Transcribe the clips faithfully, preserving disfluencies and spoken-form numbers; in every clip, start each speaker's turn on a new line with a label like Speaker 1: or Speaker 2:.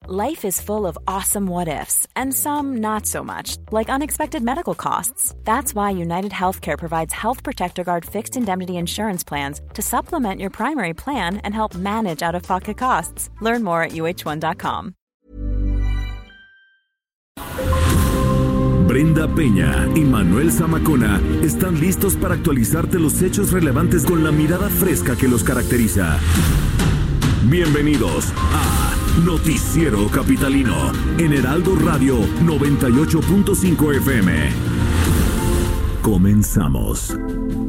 Speaker 1: Life is full of awesome what-ifs, and some not so much, like unexpected medical costs. That's why United Healthcare provides Health Protector Guard fixed indemnity insurance plans to supplement your primary plan and help manage out-of-pocket costs. Learn more at U H one dot com.
Speaker 2: Brenda Peña y Manuel Zamacona están listos para actualizarte los hechos relevantes con la mirada fresca que los caracteriza. Bienvenidos a Noticiero Capitalino en Heraldo Radio noventa y ocho punto cinco F M. Comenzamos.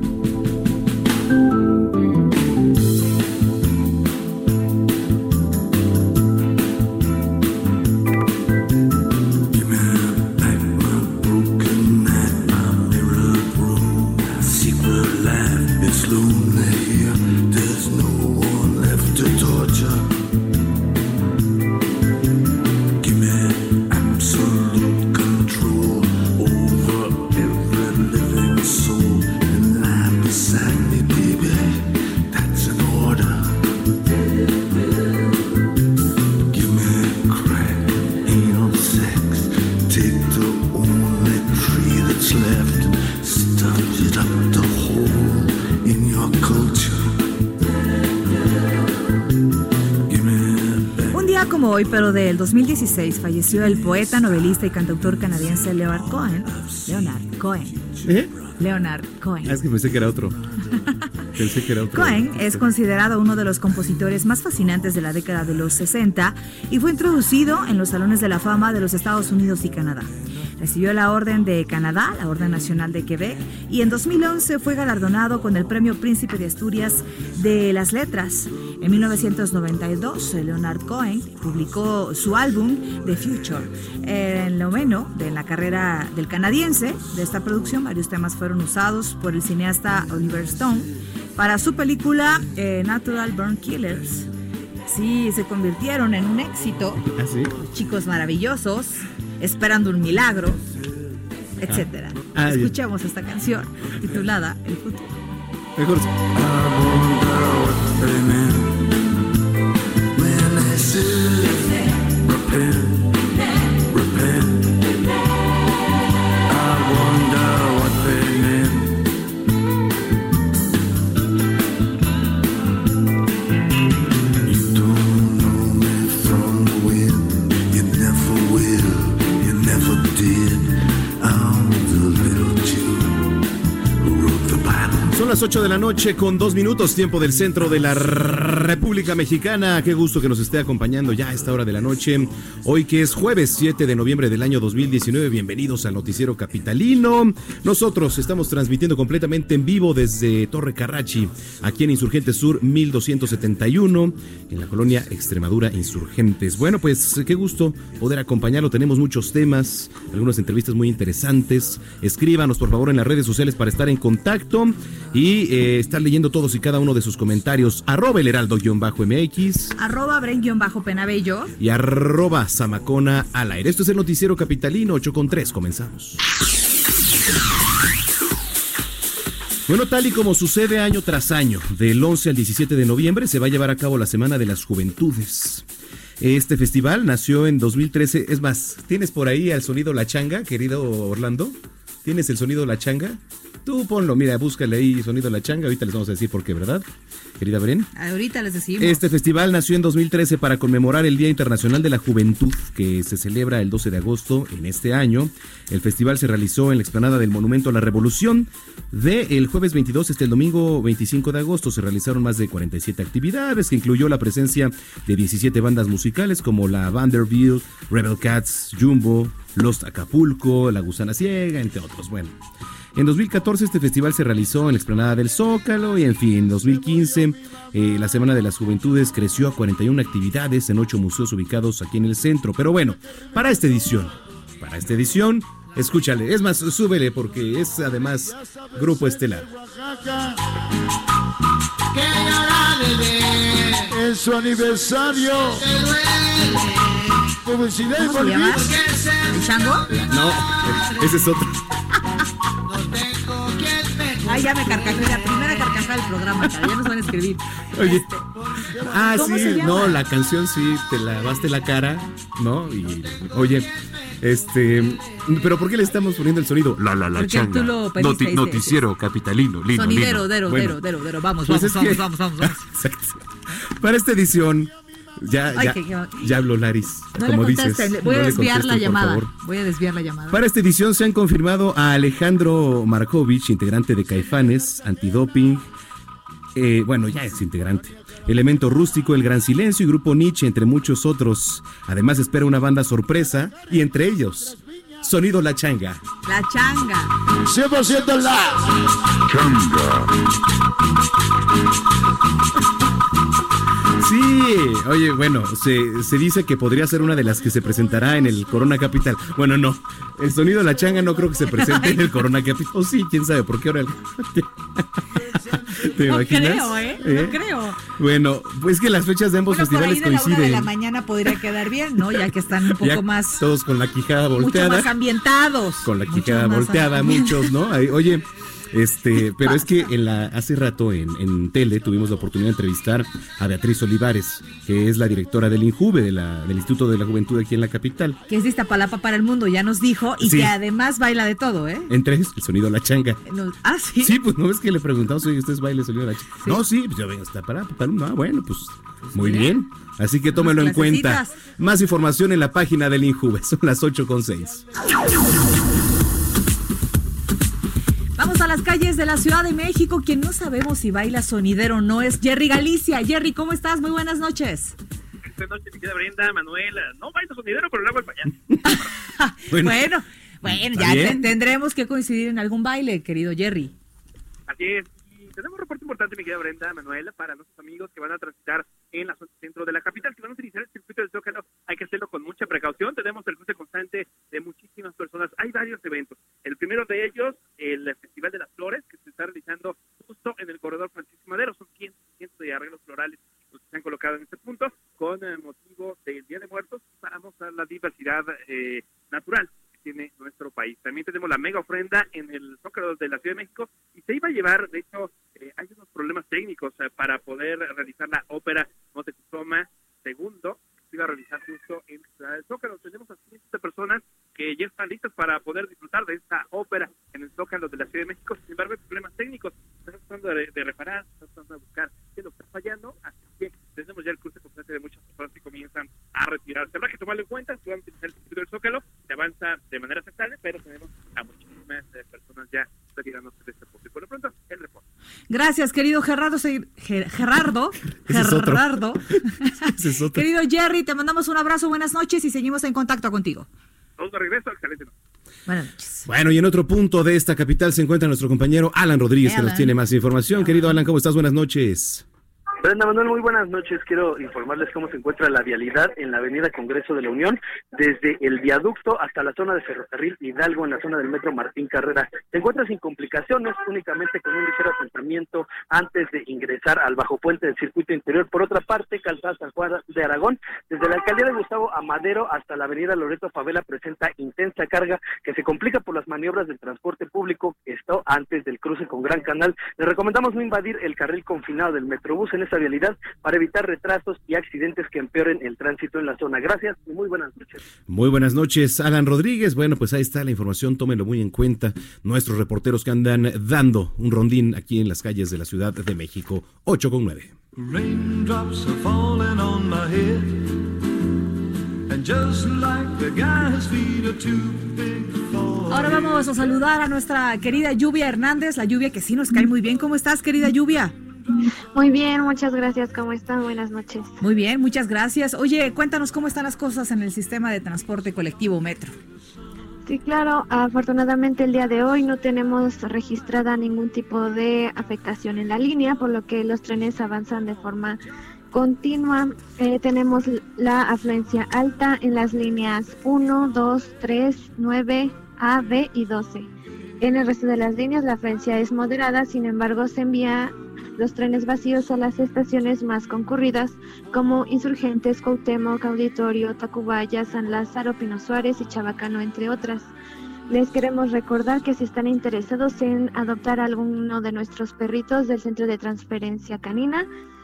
Speaker 3: Hoy, pero del dos mil dieciséis, falleció el poeta, novelista y cantautor canadiense Leonard Cohen. Leonard Cohen.
Speaker 4: ¿Eh?
Speaker 3: Leonard Cohen.
Speaker 4: Ah, es que pensé que era otro. Pensé que era otro.
Speaker 3: Cohen es considerado uno de los compositores más fascinantes de la década de los sesenta y fue introducido en los salones de la fama de los Estados Unidos y Canadá. Recibió la Orden de Canadá, la Orden Nacional de Quebec, y en dos mil once fue galardonado con el Premio Príncipe de Asturias de las Letras. En mil novecientos noventa y dos, Leonard Cohen publicó su álbum The Future. El noveno de la carrera del canadiense de esta producción, varios temas fueron usados por el cineasta Oliver Stone para su película eh, Natural Born Killers. Sí, se convirtieron en un éxito.
Speaker 4: ¿Ah, sí?
Speaker 3: Chicos maravillosos, esperando un milagro, etcétera.
Speaker 4: Ah, ah,
Speaker 3: Escuchemos esta canción titulada El Futuro.
Speaker 4: Mejor. Son las ocho de la noche con dos minutos, tiempo del centro de la República Mexicana. Qué gusto que nos esté acompañando ya a esta hora de la noche. Hoy que es jueves siete de noviembre del año dos mil diecinueve. Bienvenidos al Noticiero Capitalino. Nosotros estamos transmitiendo completamente en vivo desde Torre Carrachi, aquí en Insurgentes Sur mil doscientos setenta y uno, en la colonia Extremadura Insurgentes. Bueno, pues qué gusto poder acompañarlo. Tenemos muchos temas, algunas entrevistas muy interesantes. Escríbanos por favor en las redes sociales para estar en contacto y eh, estar leyendo todos y cada uno de sus comentarios. Arroba el heraldo-M X,
Speaker 3: arroba Bren-Penabello
Speaker 4: y arroba Zamacona al aire. Esto es el Noticiero Capitalino, ocho con tres, comenzamos. Bueno, tal y como sucede año tras año, del once al diecisiete de noviembre se va a llevar a cabo la Semana de las Juventudes. Este festival nació en dos mil trece, es más, ¿tienes por ahí el sonido La Changa, querido Orlando? ¿Tienes el sonido La Changa? Tú ponlo, mira, búscale ahí sonido La Changa, ahorita les vamos a decir por qué, ¿verdad? Querida Bren.
Speaker 3: Ahorita les decimos.
Speaker 4: Este festival nació en dos mil trece para conmemorar el Día Internacional de la Juventud, que se celebra el doce de agosto en este año. El festival se realizó en la explanada del Monumento a la Revolución. De el jueves veintidós hasta el domingo veinticinco de agosto se realizaron más de cuarenta y siete actividades, que incluyó la presencia de diecisiete bandas musicales como la Vanderbilt, Rebel Cats, Jumbo, Lost Acapulco, La Gusana Ciega, entre otros. Bueno, en dos mil catorce este festival se realizó en la explanada del Zócalo y en fin, en dos mil quince eh, la Semana de las Juventudes creció a cuarenta y una actividades en ocho museos ubicados aquí en el centro. Pero bueno, para esta edición, para esta edición, escúchale, es más, súbele porque es además grupo estelar.
Speaker 5: En su aniversario. Publicidad y
Speaker 3: ¿Cómo se llama? ¿El Chango?
Speaker 4: No, ese es otro.
Speaker 3: Ay, ya me carcajé, la primera carcajada del programa, cara, ya nos van a escribir.
Speaker 4: Oye,
Speaker 3: este,
Speaker 4: Ah,
Speaker 3: ¿Cómo
Speaker 4: sí,
Speaker 3: se llama?
Speaker 4: no, la canción sí, te lavaste la cara, ¿no? Y, oye, este, pero ¿por qué le estamos poniendo el sonido? La, la, la
Speaker 3: Porque
Speaker 4: changa.
Speaker 3: tú lo pediste,
Speaker 6: Noti-
Speaker 3: ese,
Speaker 6: noticiero capitalino, lindo,
Speaker 3: Sonidero,
Speaker 6: lindo.
Speaker 3: dero,
Speaker 4: Bueno.
Speaker 3: dero, dero, dero. Vamos,
Speaker 4: Pues
Speaker 3: vamos,
Speaker 4: es
Speaker 3: vamos,
Speaker 4: que-
Speaker 3: vamos, vamos, vamos.
Speaker 4: Exacto. Para esta edición, ya,
Speaker 3: Ay,
Speaker 4: ya,
Speaker 3: que- que-
Speaker 4: ya habló Laris,
Speaker 3: No
Speaker 4: como
Speaker 3: le
Speaker 4: dices.
Speaker 3: contesten, voy a
Speaker 4: no le
Speaker 3: desviar la
Speaker 4: contesten, por
Speaker 3: llamada.
Speaker 4: favor.
Speaker 3: Voy a desviar la llamada.
Speaker 4: Para esta edición se han confirmado a Alejandro Markovich, integrante de Caifanes, Antidoping, eh, bueno, ya es integrante. Elemento Rústico, El Gran Silencio y Grupo Nietzsche, entre muchos otros. Además espera una banda sorpresa y entre ellos, Sonido La Changa.
Speaker 3: La changa.
Speaker 5: cien por ciento la
Speaker 4: Sí, oye, bueno, se, se dice que podría ser una de las que se presentará en el Corona Capital. Bueno, no, el Sonido La Changa no creo que se presente en el Corona Capital. O sí, quién sabe, por qué ahora... ¿Te
Speaker 3: No
Speaker 4: imaginas?
Speaker 3: creo, ¿eh?
Speaker 4: ¿Eh?
Speaker 3: No creo.
Speaker 4: Bueno, pues que las fechas de ambos
Speaker 3: Bueno, por ahí
Speaker 4: festivales
Speaker 3: de la una
Speaker 4: coinciden.
Speaker 3: de la mañana podría quedar bien, ¿no? Ya que están un poco
Speaker 4: Ya
Speaker 3: más,
Speaker 4: todos con la quijada
Speaker 3: mucho
Speaker 4: volteada.
Speaker 3: más ambientados.
Speaker 4: Con la
Speaker 3: Mucho
Speaker 4: quijada
Speaker 3: más
Speaker 4: volteada,
Speaker 3: ambientados.
Speaker 4: muchos, ¿no? Ahí, oye, este, pero es que en la, hace rato en, en tele tuvimos la oportunidad de entrevistar a Beatriz Olivares, que es la directora del INJUVE, de la, del Instituto de la Juventud aquí en la capital.
Speaker 3: Que es de Iztapalapa para el mundo, ya nos dijo, y
Speaker 4: Sí.
Speaker 3: que además baila de todo, ¿eh?
Speaker 4: Entre ellos, el Sonido La Changa.
Speaker 3: Nos- ah, sí.
Speaker 4: Sí, pues no ves que le preguntamos, oye, ¿ustedes bailan el Sonido La Changa? No, sí, pues yo vengo hasta para, para, ah, bueno, pues muy bien. Así que tómelo en cuenta.
Speaker 3: clasecitas.
Speaker 4: Más información en la página del INJUVE, son las ocho con seis.
Speaker 3: Vamos a las calles de la Ciudad de México. Quien no sabemos si baila sonidero o no es Jerry Galicia. Jerry, ¿cómo estás? Muy buenas noches.
Speaker 7: Buenas noches, mi querida Brenda, Manuel. No bailo sonidero, pero le hago el payaso.
Speaker 4: Bueno.
Speaker 3: Bueno, bueno,
Speaker 4: Está
Speaker 3: ya
Speaker 4: bien.
Speaker 3: te- tendremos que coincidir en algún baile, querido Jerry.
Speaker 7: Así es. Y tenemos un reporte importante, mi querida Brenda, Manuel, para nuestros amigos que van a transitar en la zona centro de la capital, que van a utilizar el circuito del Zócalo. Hay que hacerlo con mucha precaución. Tenemos el cruce constante de muchísimas personas. Hay varios eventos. El primero de ellos, el Festival de las Flores, que se está realizando justo en el corredor Francisco Madero. Son cientos y cientos de arreglos florales los que se han colocado en este punto con eh, motivo del Día de Muertos para mostrar la diversidad eh, natural que tiene nuestro país. También tenemos la mega ofrenda en el Zócalo de la Ciudad de México y se iba a llevar, de hecho, eh, hay unos problemas técnicos eh, para poder realizar la ópera Moctezuma segundo, se iba a realizar justo en la del Zócalo. Tenemos a cientos de personas que ya están listas para poder disfrutar de esta ópera en el Zócalo de la Ciudad de México. Sin embargo, hay problemas técnicos. Están tratando de, de reparar, están tratando de buscar qué es lo que está fallando. Así que tenemos ya el cruce constante de muchas personas que comienzan a retirarse. Habrá que tomarlo en cuenta. Si van a utilizar el circuito del Zócalo, se avanza de manera aceptable, pero tenemos a muchísimas eh, personas ya retirándose de este punto. Y por lo pronto, el reporte.
Speaker 3: Gracias, querido Gerardo. Se- Ger- Gerardo.
Speaker 4: Ese es otro.
Speaker 3: Gerardo.
Speaker 4: Ese es otro.
Speaker 3: Querido Jerry, te mandamos un abrazo, buenas noches y seguimos en contacto contigo.
Speaker 7: Todos de regreso, excelente noche.
Speaker 3: Buenas noches.
Speaker 4: Bueno, y en otro punto de esta capital se encuentra nuestro compañero Alan Rodríguez, que
Speaker 3: Alan.
Speaker 4: nos tiene más información. Querido Alan, ¿cómo estás? Buenas noches.
Speaker 8: Brenda Manuel, muy buenas noches. Quiero informarles cómo se encuentra la vialidad en la avenida Congreso de la Unión, desde el viaducto hasta la zona de Ferrocarril Hidalgo, en la zona del metro Martín Carrera. Se encuentra sin complicaciones, únicamente con un ligero asentamiento antes de ingresar al bajo puente del circuito interior. Por otra parte, calzada San Juan de Aragón, desde la alcaldía de Gustavo Amadero hasta la avenida Loreto Favela, presenta intensa carga que se complica por las maniobras del transporte público. Esto antes del cruce con Gran Canal. Les recomendamos no invadir el carril confinado del Metrobús en esta vialidad para evitar retrasos y accidentes que empeoren el tránsito en la zona. Gracias y muy buenas noches.
Speaker 4: Muy buenas noches, Alan Rodríguez. Bueno, pues ahí está la información, tómenlo muy en cuenta. Nuestros reporteros que andan dando un rondín aquí en las calles de la Ciudad de México. ocho con nueve.
Speaker 9: Raindrops are falling on my head, and just like the guy's feet are too big for.
Speaker 3: Ahora vamos a saludar a nuestra querida Lluvia Hernández, la Lluvia que sí nos cae muy bien. ¿Cómo estás, querida Lluvia?
Speaker 10: Muy bien, muchas gracias. ¿Cómo están? Buenas noches.
Speaker 3: Muy bien, muchas gracias. Oye, cuéntanos cómo están las cosas en el sistema de transporte colectivo Metro.
Speaker 10: Sí, claro. Afortunadamente el día de hoy no tenemos registrada ningún tipo de afectación en la línea, por lo que los trenes avanzan de forma continua. Eh, tenemos la afluencia alta en las líneas uno, dos, tres, nueve, A, B y doce. En el resto de las líneas la afluencia es moderada, sin embargo se envía los trenes vacíos a las estaciones más concurridas como Insurgentes, Cuauhtémoc, Auditorio, Tacubaya, San Lázaro, Pino Suárez y Chabacano, entre otras. Les queremos recordar que si están interesados en adoptar alguno de nuestros perritos del Centro de Transferencia Canina,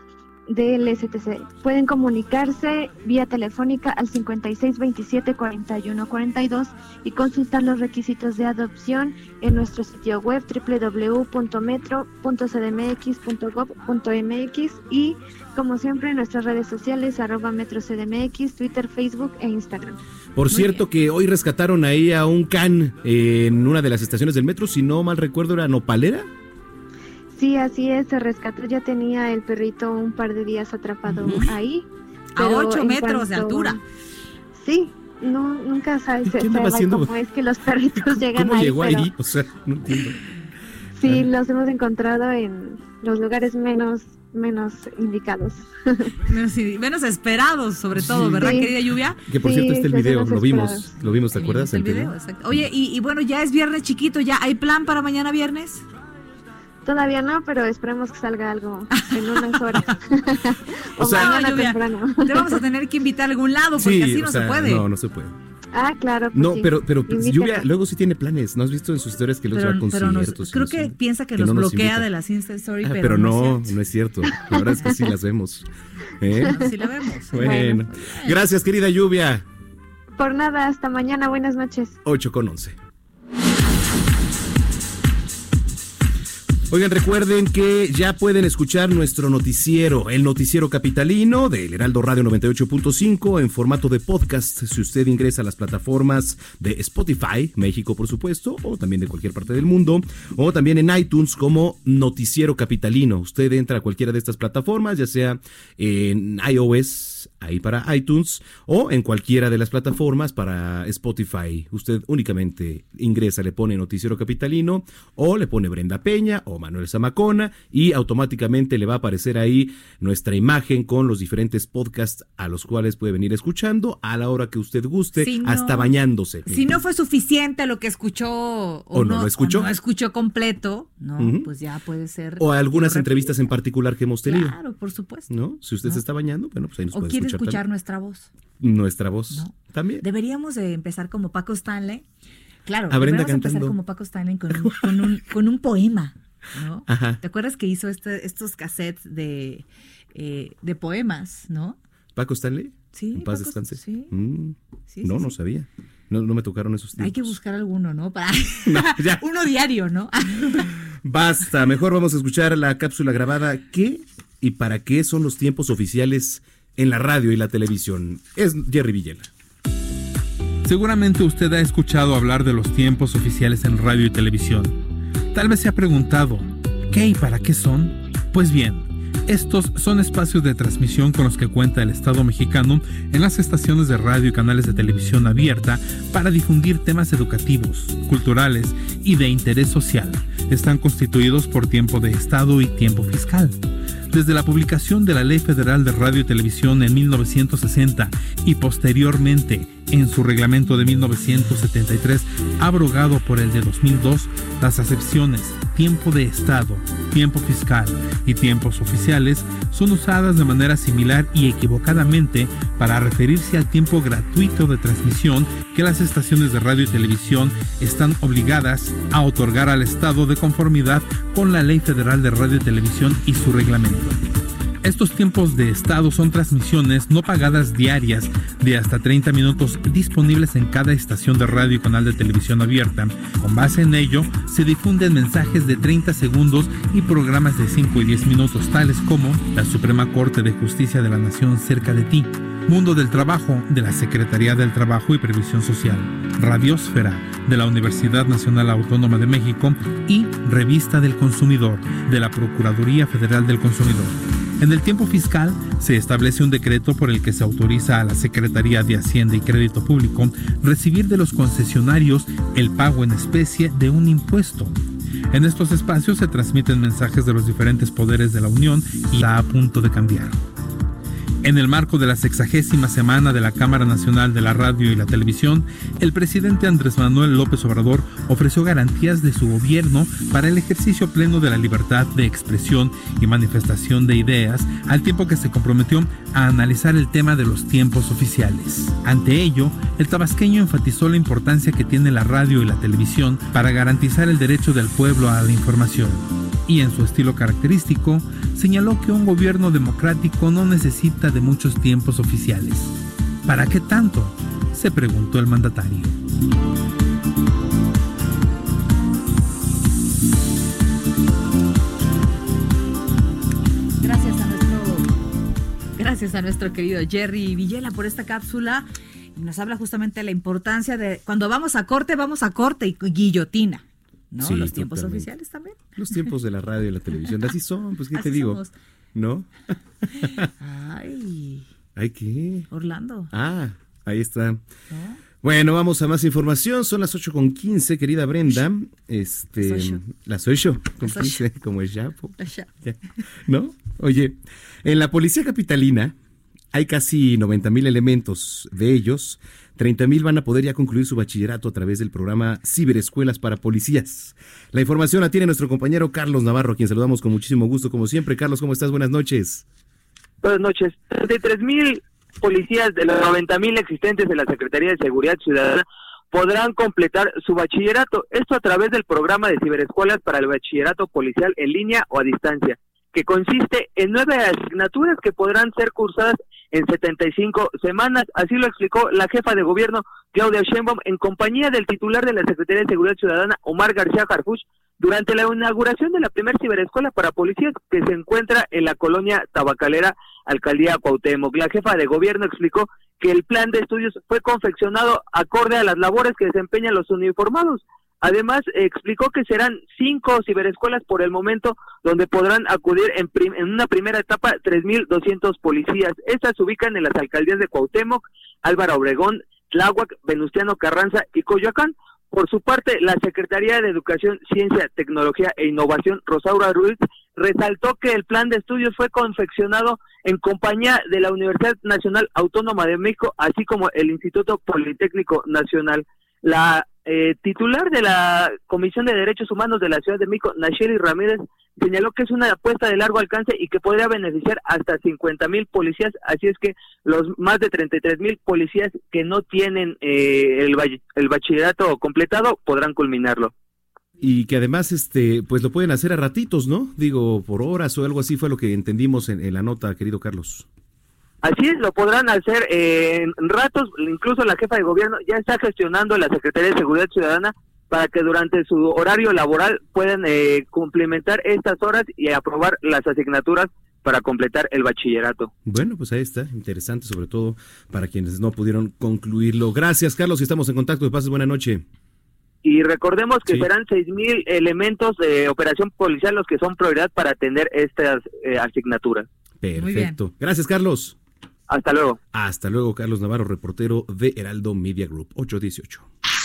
Speaker 10: del S T C. Pueden comunicarse vía telefónica al cincuenta y seis veintisiete cuarenta y uno cuarenta y dos y consultar los requisitos de adopción en nuestro sitio web doble u doble u doble u punto metro punto c d m x punto gob punto m x y, como siempre, en nuestras redes sociales arroba metro c d m x, Twitter, Facebook e Instagram.
Speaker 4: Por Muy cierto bien. Que hoy rescataron ahí a un can eh, en una de las estaciones del metro, si no mal recuerdo era Nopalera.
Speaker 10: Sí, así es, se rescató, ya tenía el perrito un par de días atrapado Uy, ahí.
Speaker 3: A ocho metros cuanto, de altura.
Speaker 10: Sí, no, nunca sabes
Speaker 4: ¿Qué andaba haciendo?
Speaker 10: Cómo es que los perritos llegan
Speaker 4: ¿Cómo
Speaker 10: ahí.
Speaker 4: ¿Cómo llegó
Speaker 10: pero...
Speaker 4: ahí? O sea, no entiendo.
Speaker 10: Sí, ah. los hemos encontrado en los lugares menos menos indicados.
Speaker 3: Menos, menos esperados, sobre todo, ¿verdad, sí. querida Lluvia?
Speaker 4: Que por
Speaker 10: sí,
Speaker 4: cierto está el video, lo vimos,
Speaker 10: esperados.
Speaker 4: lo vimos, ¿te sí, acuerdas?
Speaker 3: El video, exacto. Oye, y, y bueno, ya es viernes chiquito, ¿ya hay plan para mañana viernes?
Speaker 10: Todavía no, pero esperemos que salga algo en unas horas. o,
Speaker 3: o sea,
Speaker 10: mañana
Speaker 3: Lluvia,
Speaker 10: temprano.
Speaker 3: Te vamos a tener que invitar a algún lado, porque
Speaker 4: sí,
Speaker 3: así no
Speaker 4: o sea,
Speaker 3: se puede.
Speaker 4: No, no se puede.
Speaker 10: Ah, claro. Pues
Speaker 4: no,
Speaker 10: sí.
Speaker 4: pero, pero
Speaker 10: Invítenos.
Speaker 4: Lluvia luego sí tiene planes. ¿No has visto en sus historias que luego va a conciertos?
Speaker 3: Nos, creo que
Speaker 4: nos,
Speaker 3: piensa que,
Speaker 4: que
Speaker 3: nos
Speaker 4: no
Speaker 3: bloquea
Speaker 4: nos
Speaker 3: de las Insta Story,
Speaker 4: ah,
Speaker 3: pero,
Speaker 4: pero no,
Speaker 3: no es,
Speaker 4: no es cierto. La verdad es que sí las vemos. ¿Eh?
Speaker 3: No, sí la vemos.
Speaker 4: Bueno.
Speaker 3: bueno.
Speaker 4: Gracias, querida Lluvia.
Speaker 10: Por nada, hasta mañana. Buenas noches.
Speaker 4: ocho con once. Oigan, recuerden que ya pueden escuchar nuestro noticiero, el noticiero capitalino del Heraldo Radio noventa y ocho punto cinco en formato de podcast. Si usted ingresa a las plataformas de Spotify, México por supuesto, o también de cualquier parte del mundo, o también en iTunes como Noticiero Capitalino. Usted entra a cualquiera de estas plataformas, ya sea en iOS, ahí para iTunes, o en cualquiera de las plataformas para Spotify. Usted únicamente ingresa, le pone Noticiero Capitalino, o le pone Brenda Peña, o Manuel Zamacona, y automáticamente le va a aparecer ahí nuestra imagen con los diferentes podcasts a los cuales puede venir escuchando a la hora que usted guste, si no, hasta bañándose.
Speaker 3: Si no fue suficiente lo que escuchó o,
Speaker 4: o no, no lo escuchó,
Speaker 3: o no escuchó completo, no, uh-huh. pues ya puede ser.
Speaker 4: O algunas entrevistas en particular que hemos tenido.
Speaker 3: Claro, por supuesto.
Speaker 4: ¿No? Si usted ¿no? se está bañando, bueno, pues ahí nos
Speaker 3: o
Speaker 4: puede
Speaker 3: quiere
Speaker 4: escuchar.
Speaker 3: escuchar
Speaker 4: también.
Speaker 3: nuestra voz.
Speaker 4: Nuestra voz no. también.
Speaker 3: Deberíamos de empezar como Paco Stanley. Claro,
Speaker 4: a Brenda
Speaker 3: deberíamos
Speaker 4: cantando.
Speaker 3: empezar como Paco Stanley con un, con un, con un poema. ¿No?
Speaker 4: Ajá.
Speaker 3: ¿Te acuerdas que hizo este, estos cassettes de, eh, de poemas, no?
Speaker 4: ¿Paco Stanley?
Speaker 3: Sí.
Speaker 4: ¿En paz
Speaker 3: Paco,
Speaker 4: descanse?
Speaker 3: Sí.
Speaker 4: Mm.
Speaker 3: sí
Speaker 4: no,
Speaker 3: sí,
Speaker 4: no
Speaker 3: sí.
Speaker 4: sabía. No, no me tocaron esos tiempos.
Speaker 3: Hay que buscar alguno, ¿no? Para
Speaker 4: no, ya.
Speaker 3: uno diario, ¿no?
Speaker 4: Basta, mejor vamos a escuchar la cápsula grabada. ¿Qué y para qué son los tiempos oficiales en la radio y la televisión? Es Jerry Villela.
Speaker 6: Seguramente usted ha escuchado hablar de los tiempos oficiales en radio y televisión. Tal vez se ha preguntado, ¿qué y para qué son? Pues bien, estos son espacios de transmisión con los que cuenta el Estado mexicano en las estaciones de radio y canales de televisión abierta para difundir temas educativos, culturales y de interés social. Están constituidos por tiempo de Estado y tiempo fiscal. Desde la publicación de la Ley Federal de Radio y Televisión en mil novecientos sesenta y posteriormente en su reglamento de mil novecientos setenta y tres, abrogado por el de dos mil dos, las acepciones tiempo de Estado, tiempo fiscal y tiempos oficiales son usadas de manera similar y equivocadamente para referirse al tiempo gratuito de transmisión que las estaciones de radio y televisión están obligadas a otorgar al Estado de conformidad con la Ley Federal de Radio y Televisión y su reglamento. Estos tiempos de Estado son transmisiones no pagadas diarias de hasta treinta minutos disponibles en cada estación de radio y canal de televisión abierta. Con base en ello, se difunden mensajes de treinta segundos y programas de cinco y diez minutos, tales como la Suprema Corte de Justicia de la Nación cerca de ti, Mundo del Trabajo de la Secretaría del Trabajo y Previsión Social, Radiosfera de la Universidad Nacional Autónoma de México y Revista del Consumidor de la Procuraduría Federal del Consumidor. En el tiempo fiscal se establece un decreto por el que se autoriza a la Secretaría de Hacienda y Crédito Público recibir de los concesionarios el pago en especie de un impuesto. En estos espacios se transmiten mensajes de los diferentes poderes de la Unión y está a punto de cambiar. En el marco de la sexagésima semana de la Cámara Nacional de la Radio y la Televisión, el presidente Andrés Manuel López Obrador ofreció garantías de su gobierno para el ejercicio pleno de la libertad de expresión y manifestación de ideas, al tiempo que se comprometió a analizar el tema de los tiempos oficiales. Ante ello, el tabasqueño enfatizó la importancia que tiene la radio y la televisión para garantizar el derecho del pueblo a la información. Y en su estilo característico, señaló que un gobierno democrático no necesita de muchos tiempos oficiales. ¿Para qué tanto?, se preguntó el mandatario.
Speaker 3: Gracias a nuestro, gracias a nuestro querido Jerry Villela por esta cápsula. Y nos habla justamente de la importancia de cuando vamos a corte, vamos a corte y guillotina, ¿no? Sí, los tiempos totalmente. Oficiales también.
Speaker 4: Los tiempos de la radio y la televisión, así son, pues qué así te digo, somos. ¿No?
Speaker 3: Ay.
Speaker 4: ¿Ay qué?
Speaker 3: Orlando.
Speaker 4: Ah, ahí está. ¿No? Bueno, vamos a más información. Son las ocho con quince, querida Brenda. Este, las ocho con quince, como el Chapo. ¿No? Oye, en la policía capitalina hay casi noventa mil elementos. De ellos, treinta mil van a poder ya concluir su bachillerato a través del programa Ciberescuelas para Policías. La información la tiene nuestro compañero Carlos Navarro, a quien saludamos con muchísimo gusto, como siempre. Carlos, ¿cómo estás? Buenas noches.
Speaker 11: Buenas noches. treinta y tres mil policías de los noventa mil existentes de la Secretaría de Seguridad Ciudadana podrán completar su bachillerato. Esto a través del programa de Ciberescuelas para el Bachillerato Policial en línea o a distancia, que consiste en nueve asignaturas que podrán ser cursadas en setenta y cinco semanas. Así lo explicó la jefa de gobierno, Claudia Sheinbaum, en compañía del titular de la Secretaría de Seguridad Ciudadana, Omar García Harfuch, durante la inauguración de la primera ciberescuela para policías que se encuentra en la colonia Tabacalera, Alcaldía Cuauhtémoc. La jefa de gobierno explicó que el plan de estudios fue confeccionado acorde a las labores que desempeñan los uniformados. Además, explicó que serán cinco ciberescuelas por el momento, donde podrán acudir en, prim- en una primera etapa tres mil doscientos policías. Estas se ubican en las alcaldías de Cuauhtémoc, Álvaro Obregón, Tláhuac, Venustiano Carranza y Coyoacán. Por su parte, la Secretaría de Educación, Ciencia, Tecnología e Innovación, Rosaura Ruiz, resaltó que el plan de estudios fue confeccionado en compañía de la Universidad Nacional Autónoma de México, así como el Instituto Politécnico Nacional. La eh, titular de la Comisión de Derechos Humanos de la Ciudad de México, Nacheli Ramírez, señaló que es una apuesta de largo alcance y que podría beneficiar hasta cincuenta mil policías, así es que los más de treinta y tres mil policías que no tienen eh, el, el bachillerato completado podrán culminarlo.
Speaker 4: Y que además este pues lo pueden hacer a ratitos, ¿no? Digo, por horas o algo así fue lo que entendimos en, en la nota, querido Carlos.
Speaker 11: Así es, lo podrán hacer eh, en ratos. Incluso la jefa de gobierno ya está gestionando la Secretaría de Seguridad Ciudadana para que durante su horario laboral puedan eh, complementar estas horas y aprobar las asignaturas para completar el bachillerato.
Speaker 4: Bueno, pues ahí está, interesante, sobre todo para quienes no pudieron concluirlo. Gracias, Carlos, y estamos en contacto. Que pases buena noche.
Speaker 11: Y recordemos que
Speaker 4: sí.
Speaker 11: serán seis mil elementos de operación policial los que son prioridad para atender estas eh, asignaturas.
Speaker 4: Perfecto. Gracias, Carlos.
Speaker 11: Hasta luego.
Speaker 4: Hasta luego, Carlos Navarro, reportero de Heraldo Media Group. ocho dieciocho.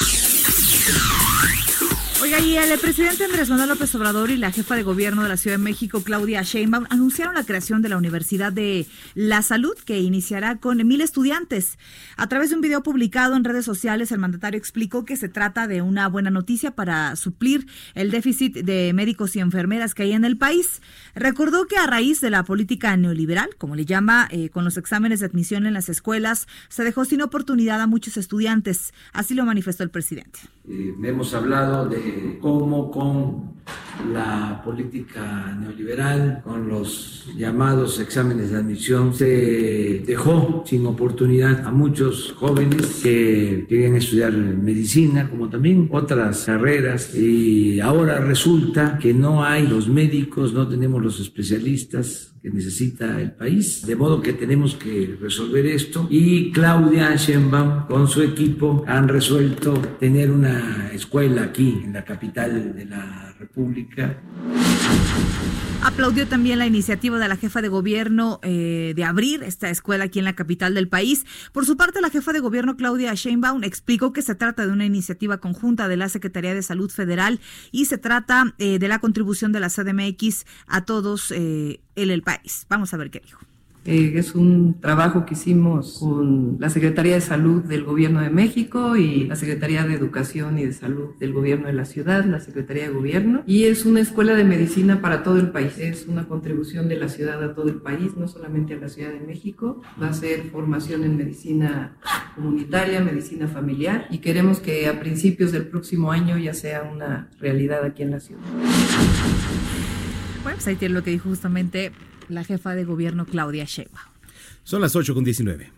Speaker 3: Oiga, y el presidente Andrés Manuel López Obrador y la jefa de gobierno de la Ciudad de México, Claudia Sheinbaum, anunciaron la creación de la Universidad de la Salud, que iniciará con mil estudiantes. A través de un video publicado en redes sociales, el mandatario explicó que se trata de una buena noticia para suplir el déficit de médicos y enfermeras que hay en el país. Recordó que a raíz de la política neoliberal, como le llama, eh, con los exámenes de admisión en las escuelas, se dejó sin oportunidad a muchos estudiantes. Así lo manifestó el presidente.
Speaker 12: Eh, hemos hablado de cómo con la política neoliberal, con los llamados exámenes de admisión, se dejó sin oportunidad a muchos jóvenes que querían estudiar medicina, como también otras carreras, y ahora resulta que no hay los médicos, no tenemos los especialistas que necesita el país, de modo que tenemos que resolver esto, y Claudia Sheinbaum con su equipo han resuelto tener una escuela aquí en la capital de la República.
Speaker 3: Aplaudió también la iniciativa de la jefa de gobierno eh, de abrir esta escuela aquí en la capital del país. Por su parte, la jefa de gobierno Claudia Sheinbaum explicó que se trata de una iniciativa conjunta de la Secretaría de Salud Federal y se trata eh, de la contribución de la C D M X a todos eh, en el país. Vamos a ver qué dijo.
Speaker 13: Eh, es un trabajo que hicimos con la Secretaría de Salud del Gobierno de México y la Secretaría de Educación y de Salud del Gobierno de la Ciudad, la Secretaría de Gobierno, y es una escuela de medicina para todo el país. Es una contribución de la ciudad a todo el país, no solamente a la Ciudad de México. Va a ser formación en medicina comunitaria, medicina familiar, y queremos que a principios del próximo año ya sea una realidad aquí en la ciudad.
Speaker 3: Bueno, pues ahí tiene lo que dijo justamente la jefa de gobierno, Claudia Sheinbaum.
Speaker 4: Son las ocho con diecinueve.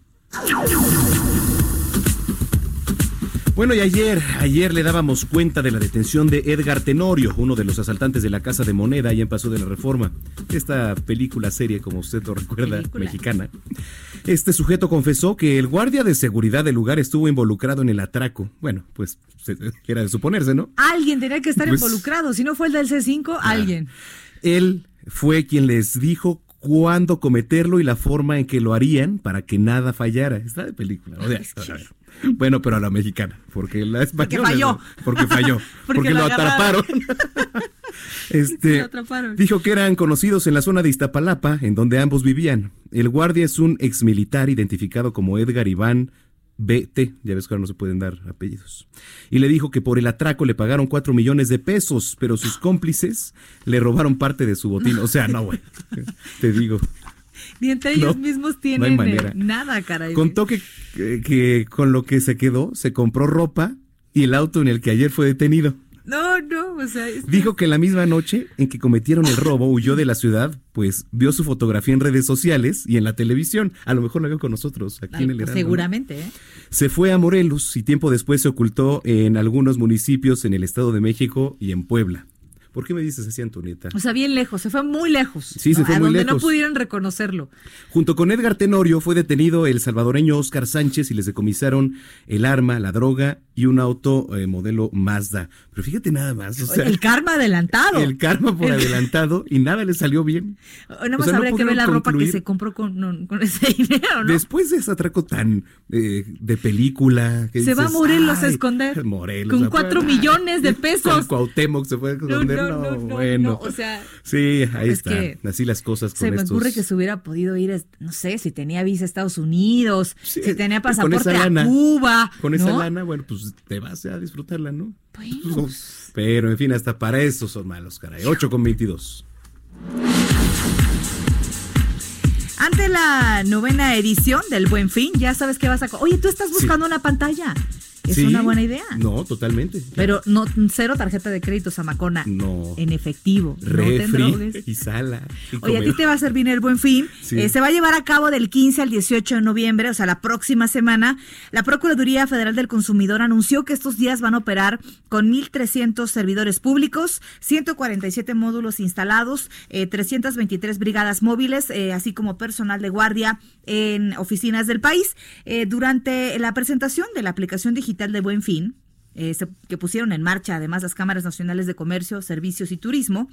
Speaker 4: Bueno, y ayer, ayer le dábamos cuenta de la detención de Edgar Tenorio, uno de los asaltantes de la Casa de Moneda, y en Paso de la Reforma. Esta película serie, como usted lo recuerda, película mexicana. Este sujeto confesó que el guardia de seguridad del lugar estuvo involucrado en el atraco. Bueno, pues era de suponerse, ¿no?
Speaker 3: Alguien tenía que estar
Speaker 4: pues,
Speaker 3: involucrado, si no fue el del C cinco, ah, alguien.
Speaker 4: Él fue quien les dijo cuándo cometerlo y la forma en que lo harían para que nada fallara. Está de película. O sea, a ver. Bueno, pero a la mexicana, porque la española.
Speaker 3: Porque falló.
Speaker 4: Porque falló. porque, porque lo atraparon. este,
Speaker 3: lo atraparon.
Speaker 4: Dijo que eran conocidos en la zona de Iztapalapa, en donde ambos vivían. El guardia es un exmilitar identificado como Edgar Iván B T, ya ves que ahora no se pueden dar apellidos. Y le dijo que por el atraco le pagaron cuatro millones de pesos, pero sus cómplices le robaron parte de su botín. O sea, no, güey. Te digo.
Speaker 3: Ni entre ellos no, mismos tienen
Speaker 4: no hay manera.
Speaker 3: Nada, caray.
Speaker 4: Contó que, que, que con lo que se quedó, se compró ropa y el auto en el que ayer fue detenido.
Speaker 3: No, no, o sea... Es...
Speaker 4: Dijo que la misma noche en que cometieron el robo huyó de la ciudad, pues vio su fotografía en redes sociales y en la televisión. A lo mejor la vio con nosotros aquí Ay, en el Heraldo.
Speaker 3: Seguramente, ¿eh?
Speaker 4: Se fue a Morelos y tiempo después se ocultó en algunos municipios en el Estado de México y en Puebla. ¿Por qué me dices así, Antonieta?
Speaker 3: O sea, bien lejos, se fue muy lejos.
Speaker 4: Sí,
Speaker 3: ¿no?
Speaker 4: se fue
Speaker 3: a
Speaker 4: muy
Speaker 3: donde
Speaker 4: lejos.
Speaker 3: No pudieron reconocerlo.
Speaker 4: Junto con Edgar Tenorio fue detenido el salvadoreño Oscar Sánchez y les decomisaron el arma, la droga y un auto eh, modelo Mazda. Pero fíjate nada más. O sea,
Speaker 3: el karma adelantado.
Speaker 4: El karma por el... adelantado y nada le salió bien.
Speaker 3: Nada más o sea, habría no que ver la concluir. Ropa que se compró con, no, con ese dinero, ¿no?
Speaker 4: Después de ese atraco tan eh, de película. Que
Speaker 3: se
Speaker 4: dices,
Speaker 3: va a Morelos a esconder.
Speaker 4: Morelos.
Speaker 3: Con cuatro millones de pesos.
Speaker 4: Con Cuauhtémoc se fue a esconder. No, no, no, no bueno.
Speaker 3: No, o sea,
Speaker 4: sí, ahí está. Así las cosas con
Speaker 3: se me
Speaker 4: estos...
Speaker 3: ocurre que se hubiera podido ir, no sé, si tenía visa a Estados Unidos, sí, si tenía pasaporte
Speaker 4: con esa
Speaker 3: a
Speaker 4: lana,
Speaker 3: Cuba.
Speaker 4: Con esa
Speaker 3: ¿no?
Speaker 4: lana, bueno, pues te vas a disfrutarla, ¿no?
Speaker 3: Pues.
Speaker 4: Pero, en fin, hasta para eso son malos, caray. ocho con veintidós.
Speaker 3: Ante la novena edición del Buen Fin, ya sabes que vas a... Oye, tú estás buscando sí. una pantalla. Es
Speaker 4: sí,
Speaker 3: una buena idea.
Speaker 4: No, totalmente.
Speaker 3: Pero no, cero tarjeta de crédito, Zamacona.
Speaker 4: No.
Speaker 3: En efectivo.
Speaker 4: Refri
Speaker 3: no te
Speaker 4: y sala. Y
Speaker 3: Oye, a ti te va a servir el Buen Fin.
Speaker 4: Sí.
Speaker 3: Eh, se va a llevar a cabo del quince al dieciocho de noviembre, o sea, la próxima semana. La Procuraduría Federal del Consumidor anunció que estos días van a operar con mil trescientos servidores públicos, ciento cuarenta y siete módulos instalados, eh, trescientas veintitrés brigadas móviles, eh, así como personal de guardia en oficinas del país. Eh, durante la presentación de la aplicación digital de Buen Fin, eh, se, que pusieron en marcha además las cámaras nacionales de comercio, servicios y turismo,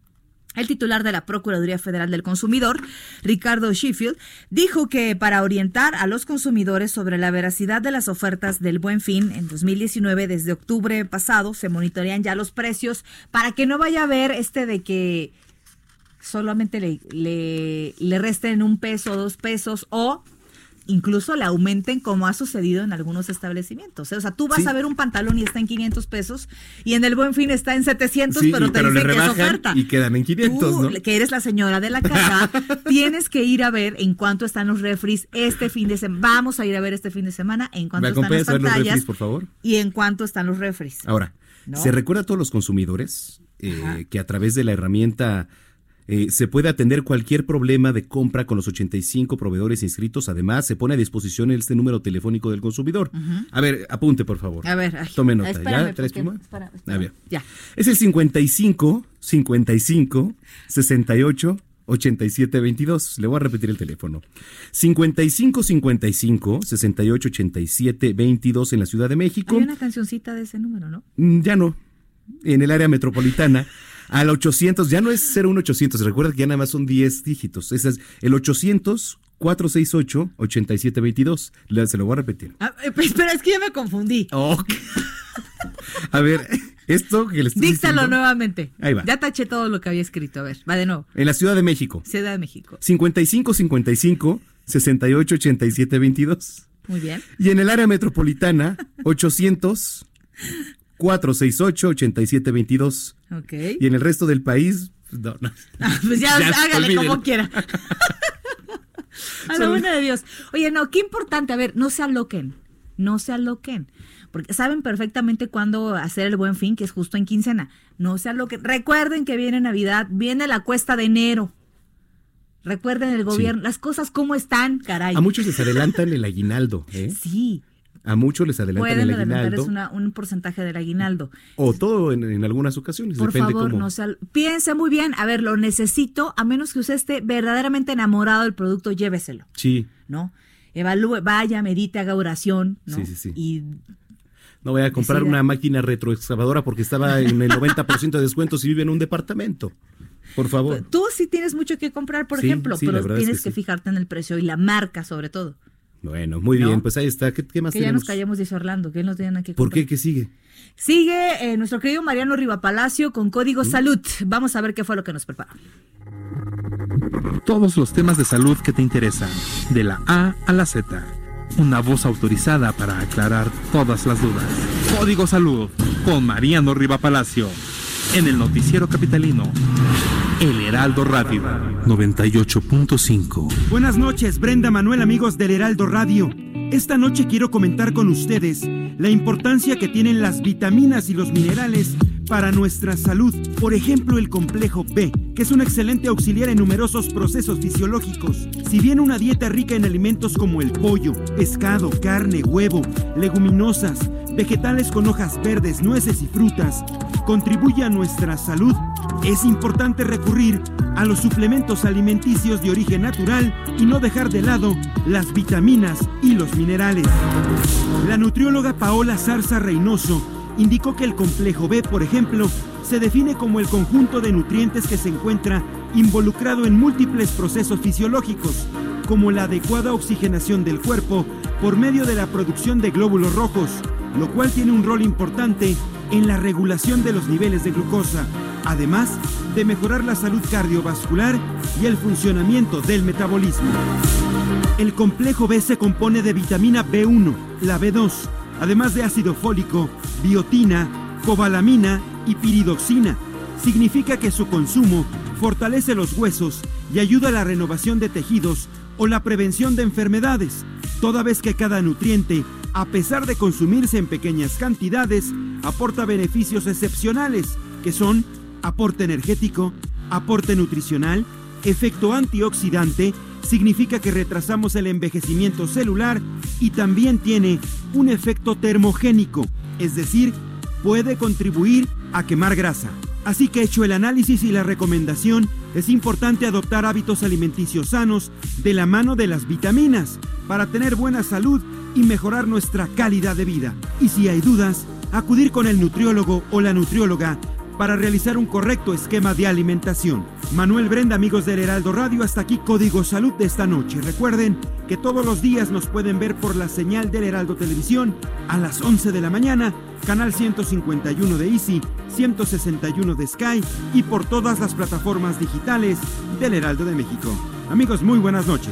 Speaker 3: el titular de la Procuraduría Federal del Consumidor, Ricardo Sheffield, dijo que para orientar a los consumidores sobre la veracidad de las ofertas del Buen Fin en dos mil diecinueve, desde octubre pasado, se monitorean ya los precios para que no vaya a haber este de que solamente le, le, le resten un peso o dos pesos o incluso le aumenten, como ha sucedido en algunos establecimientos. O sea, tú vas
Speaker 4: sí.
Speaker 3: a ver un pantalón y está en quinientos pesos y en el Buen Fin está en setecientos,
Speaker 4: sí,
Speaker 3: pero te
Speaker 4: pero
Speaker 3: dicen
Speaker 4: le
Speaker 3: que es oferta.
Speaker 4: Y quedan en quinientos,
Speaker 3: tú,
Speaker 4: ¿no?
Speaker 3: que eres la señora de la casa, tienes que ir a ver en cuánto están los refris este fin de semana. Vamos a ir a ver este fin de semana en cuánto están las pantallas.
Speaker 4: Los refris, por favor?
Speaker 3: Y en cuánto están los refris.
Speaker 4: Ahora, ¿no? Se recuerda a todos los consumidores eh, que a través de la herramienta Eh, se puede atender cualquier problema de compra con los ochenta y cinco proveedores inscritos. Además, se pone a disposición este número telefónico del consumidor. Uh-huh. A ver, apunte, por favor.
Speaker 3: A ver, ay,
Speaker 4: tome nota.
Speaker 3: Espérame,
Speaker 4: ¿Ya? ¿Traes
Speaker 3: porque,
Speaker 4: pluma?
Speaker 3: espera, espera.
Speaker 4: A ver.
Speaker 3: Ya.
Speaker 4: Es el cincuenta y cinco, cincuenta y cinco, sesenta y ocho, ochenta y siete, veintidós. Le voy a repetir el teléfono. cincuenta y cinco, cincuenta y cinco, sesenta y ocho, ochenta y siete, veintidós en la Ciudad de México.
Speaker 3: Hay una cancioncita de ese número, ¿no?
Speaker 4: Ya no. En el área metropolitana. Al ochocientos, ya no es cero uno ochocientos, recuerda que ya nada más son diez dígitos. Ese es el ochocientos, cuatrocientos sesenta y ocho, ochenta y siete, veintidós. Se lo voy a repetir.
Speaker 3: Ah, espera, es que ya me confundí.
Speaker 4: Okay. A ver, esto que le estoy
Speaker 3: Díctalo
Speaker 4: diciendo,
Speaker 3: nuevamente.
Speaker 4: Ahí va.
Speaker 3: Ya taché todo lo que había escrito. A ver, va de nuevo.
Speaker 4: En la Ciudad de México.
Speaker 3: Ciudad de México.
Speaker 4: cincuenta y cinco, cincuenta y cinco, sesenta y ocho, ochenta y siete, veintidós.
Speaker 3: Muy bien.
Speaker 4: Y en el área metropolitana, ochocientos, cuatrocientos sesenta y ocho, ochenta y siete, veintidós.
Speaker 3: Ok.
Speaker 4: Y en el resto del país, no, no.
Speaker 3: Ah, pues ya, ya hágale olvídelo. Como quiera. A la buena de Dios. Oye, no, qué importante, a ver, no se aloquen. no se aloquen, porque saben perfectamente cuándo hacer el Buen Fin, que es justo en quincena. No se aloquen. Recuerden que viene Navidad, viene la cuesta de enero. Recuerden el gobierno, sí. Las cosas cómo están, caray.
Speaker 4: A muchos les adelantan el aguinaldo, ¿eh?
Speaker 3: Sí.
Speaker 4: A muchos les adelantan
Speaker 3: Pueden
Speaker 4: el aguinaldo.
Speaker 3: Es una, un porcentaje del aguinaldo.
Speaker 4: O todo en, en algunas ocasiones.
Speaker 3: Por
Speaker 4: depende
Speaker 3: favor,
Speaker 4: cómo.
Speaker 3: no se, piense muy bien. A ver, lo necesito, a menos que usted esté verdaderamente enamorado del producto, lléveselo.
Speaker 4: Sí.
Speaker 3: ¿No? Evalúe, vaya, medite, haga oración, ¿no?
Speaker 4: Sí, sí, sí.
Speaker 3: Y
Speaker 4: no voy a comprar decida. Una máquina retroexcavadora porque estaba en el noventa por ciento de descuento si vive en un departamento. Por favor.
Speaker 3: Tú sí tienes mucho que comprar, por
Speaker 4: sí,
Speaker 3: ejemplo,
Speaker 4: sí,
Speaker 3: pero tienes
Speaker 4: es
Speaker 3: que,
Speaker 4: que sí.
Speaker 3: fijarte en el precio y la marca sobre todo.
Speaker 4: Bueno, muy
Speaker 3: ¿No?
Speaker 4: bien, pues ahí está. ¿Qué, qué más
Speaker 3: que
Speaker 4: tenemos?
Speaker 3: Que ya nos callamos, dice Orlando, que nos tienen aquí.
Speaker 4: ¿Por qué? ¿Qué sigue?
Speaker 3: Sigue eh, nuestro querido Mariano Rivapalacio con Código ¿Mm? Salud. Vamos a ver qué fue lo que nos preparó.
Speaker 6: Todos los temas de salud que te interesan, de la A a la Z. Una voz autorizada para aclarar todas las dudas. Código Salud con Mariano Rivapalacio. En el noticiero capitalino, El Heraldo Radio noventa y ocho punto cinco.
Speaker 14: Buenas noches, Brenda, Manuel, amigos del Heraldo Radio. Esta noche quiero comentar con ustedes la importancia que tienen las vitaminas y los minerales para nuestra salud. Por ejemplo, el complejo B, que es un excelente auxiliar en numerosos procesos fisiológicos. Si bien una dieta rica en alimentos como el pollo, pescado, carne, huevo, leguminosas, vegetales con hojas verdes, nueces y frutas, contribuye a nuestra salud, es importante recurrir a los suplementos alimenticios de origen natural y no dejar de lado las vitaminas y los minerales. La nutrióloga Paola Zarza Reynoso indicó que el complejo B, por ejemplo, se define como el conjunto de nutrientes que se encuentra involucrado en múltiples procesos fisiológicos, como la adecuada oxigenación del cuerpo por medio de la producción de glóbulos rojos, lo cual tiene un rol importante en la regulación de los niveles de glucosa, además de mejorar la salud cardiovascular y el funcionamiento del metabolismo. El complejo B se compone de vitamina B uno, la B dos, además de ácido fólico, biotina, cobalamina y piridoxina. Significa que su consumo fortalece los huesos y ayuda a la renovación de tejidos o la prevención de enfermedades, toda vez que cada nutriente, a pesar de consumirse en pequeñas cantidades, aporta beneficios excepcionales, que son aporte energético, aporte nutricional, efecto antioxidante, significa que retrasamos el envejecimiento celular y también tiene un efecto termogénico, es decir, puede contribuir a quemar grasa. Así que hecho el análisis y la recomendación, es importante adoptar hábitos alimenticios sanos de la mano de las vitaminas para tener buena salud y mejorar nuestra calidad de vida. Y si hay dudas, acudir con el nutriólogo o la nutrióloga para realizar un correcto esquema de alimentación. Manuel, Brenda, amigos del Heraldo Radio, hasta aquí Código Salud de esta noche. Recuerden que todos los días nos pueden ver por la señal del Heraldo Televisión a las once de la mañana, canal ciento cincuenta y uno de Easy, ciento sesenta y uno de Sky y por todas las plataformas digitales del Heraldo de México. Amigos, muy buenas noches.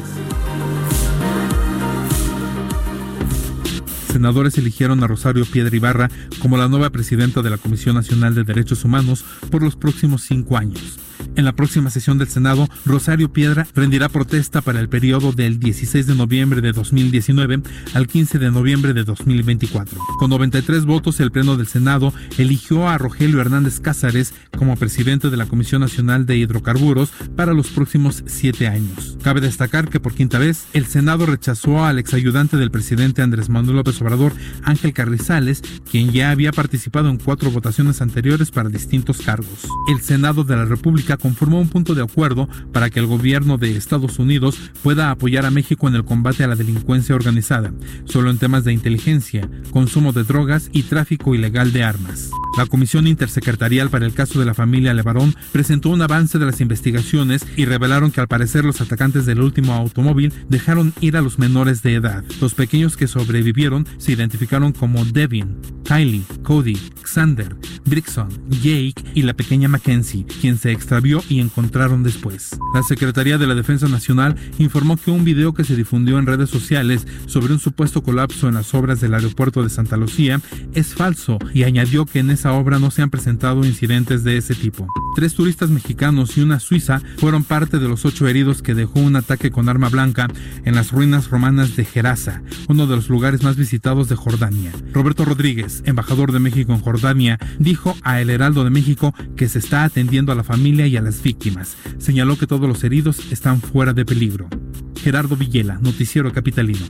Speaker 6: Senadores eligieron a Rosario Piedra Ibarra como la nueva presidenta de la Comisión Nacional de Derechos Humanos por los próximos cinco años. En la próxima sesión del Senado, Rosario Piedra rendirá protesta para el periodo del dieciséis de noviembre de dos mil diecinueve al quince de noviembre de dos mil veinticuatro. Con noventa y tres votos, el Pleno del Senado eligió a Rogelio Hernández Cázares como presidente de la Comisión Nacional de Hidrocarburos para los próximos siete años. Cabe destacar que por quinta vez, el Senado rechazó al exayudante del presidente Andrés Manuel López Obrador, Ángel Carrizales, quien ya había participado en cuatro votaciones anteriores para distintos cargos. El Senado de la República conformó un punto de acuerdo para que el gobierno de Estados Unidos pueda apoyar a México en el combate a la delincuencia organizada, solo en temas de inteligencia, consumo de drogas y tráfico ilegal de armas. La Comisión Intersecretarial para el caso de la familia Levarón presentó un avance de las investigaciones y revelaron que al parecer los atacantes del último automóvil dejaron ir a los menores de edad. Los pequeños que sobrevivieron se identificaron como Devin, Kylie, Cody, Xander, Brixon, Jake y la pequeña Mackenzie, quien se extravió extravió y encontraron después. La Secretaría de la Defensa Nacional informó que un video que se difundió en redes sociales sobre un supuesto colapso en las obras del aeropuerto de Santa Lucía es falso y añadió que en esa obra no se han presentado incidentes de ese tipo. Tres turistas mexicanos y una suiza fueron parte de los ocho heridos que dejó un ataque con arma blanca en las ruinas romanas de Gerasa, uno de los lugares más visitados de Jordania. Roberto Rodríguez, embajador de México en Jordania, dijo a El Heraldo de México que se está atendiendo a la familia y a las víctimas. Señaló que todos los heridos están fuera de peligro. Gerardo Villela, Noticiero Capitalino.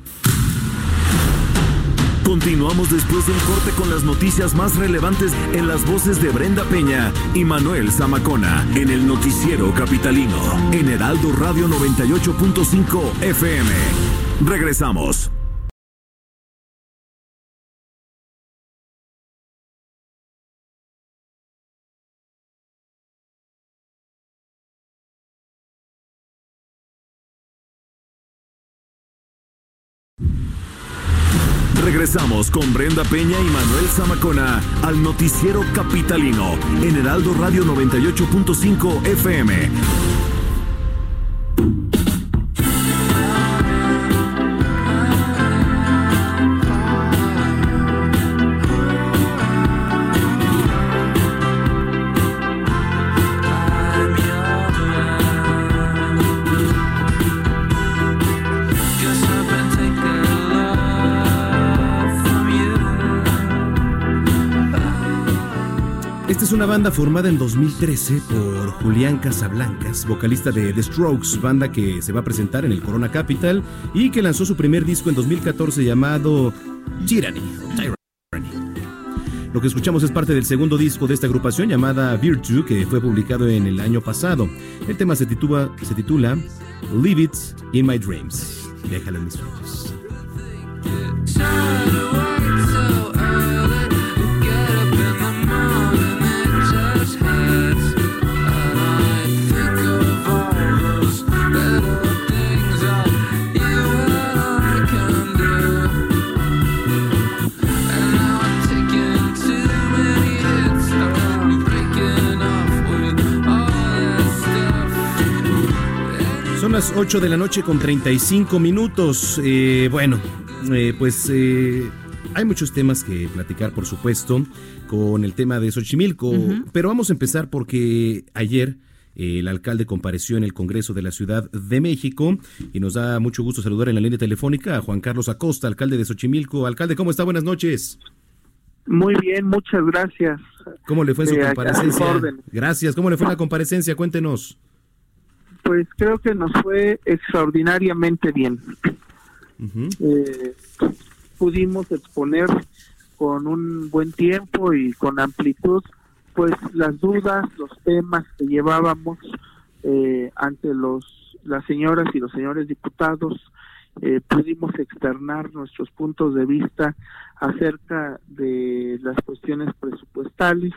Speaker 2: Continuamos después de un corte con las noticias más relevantes en las voces de Brenda Peña y Manuel Zamacona en el Noticiero Capitalino en Heraldo Radio noventa y ocho punto cinco F M. Regresamos. Regresamos con Brenda Peña y Manuel Zamacona al Noticiero Capitalino en Heraldo Radio noventa y ocho punto cinco F M.
Speaker 4: Esta es una banda formada en dos mil trece por Julián Casablancas, vocalista de The Strokes, banda que se va a presentar en el Corona Capital y que lanzó su primer disco en dos mil catorce llamado Tyranny. Tyranny. Lo que escuchamos es parte del segundo disco de esta agrupación llamada Virtue, que fue publicado en el año pasado. El tema se titula, se titula Leave It in My Dreams. Déjalo en mis sueños. Son las ocho de la noche con treinta y cinco minutos. Eh, bueno, eh, pues eh, hay muchos temas que platicar, por supuesto, con el tema de Xochimilco, uh-huh. Pero vamos a empezar porque ayer eh, el alcalde compareció en el Congreso de la Ciudad de México y nos da mucho gusto saludar en la línea telefónica a Juan Carlos Acosta, alcalde de Xochimilco. Alcalde, ¿cómo está? Buenas noches.
Speaker 15: Muy bien, muchas gracias.
Speaker 4: ¿Cómo le fue en su
Speaker 15: eh,
Speaker 4: comparecencia? Gracias. ¿Cómo le fue en la comparecencia? Cuéntenos.
Speaker 15: Pues creo que nos fue extraordinariamente bien. Uh-huh. Eh, pudimos exponer con un buen tiempo y con amplitud, pues las dudas, los temas que llevábamos eh, ante los las señoras y los señores diputados. Eh, pudimos externar nuestros puntos de vista acerca de las cuestiones presupuestales,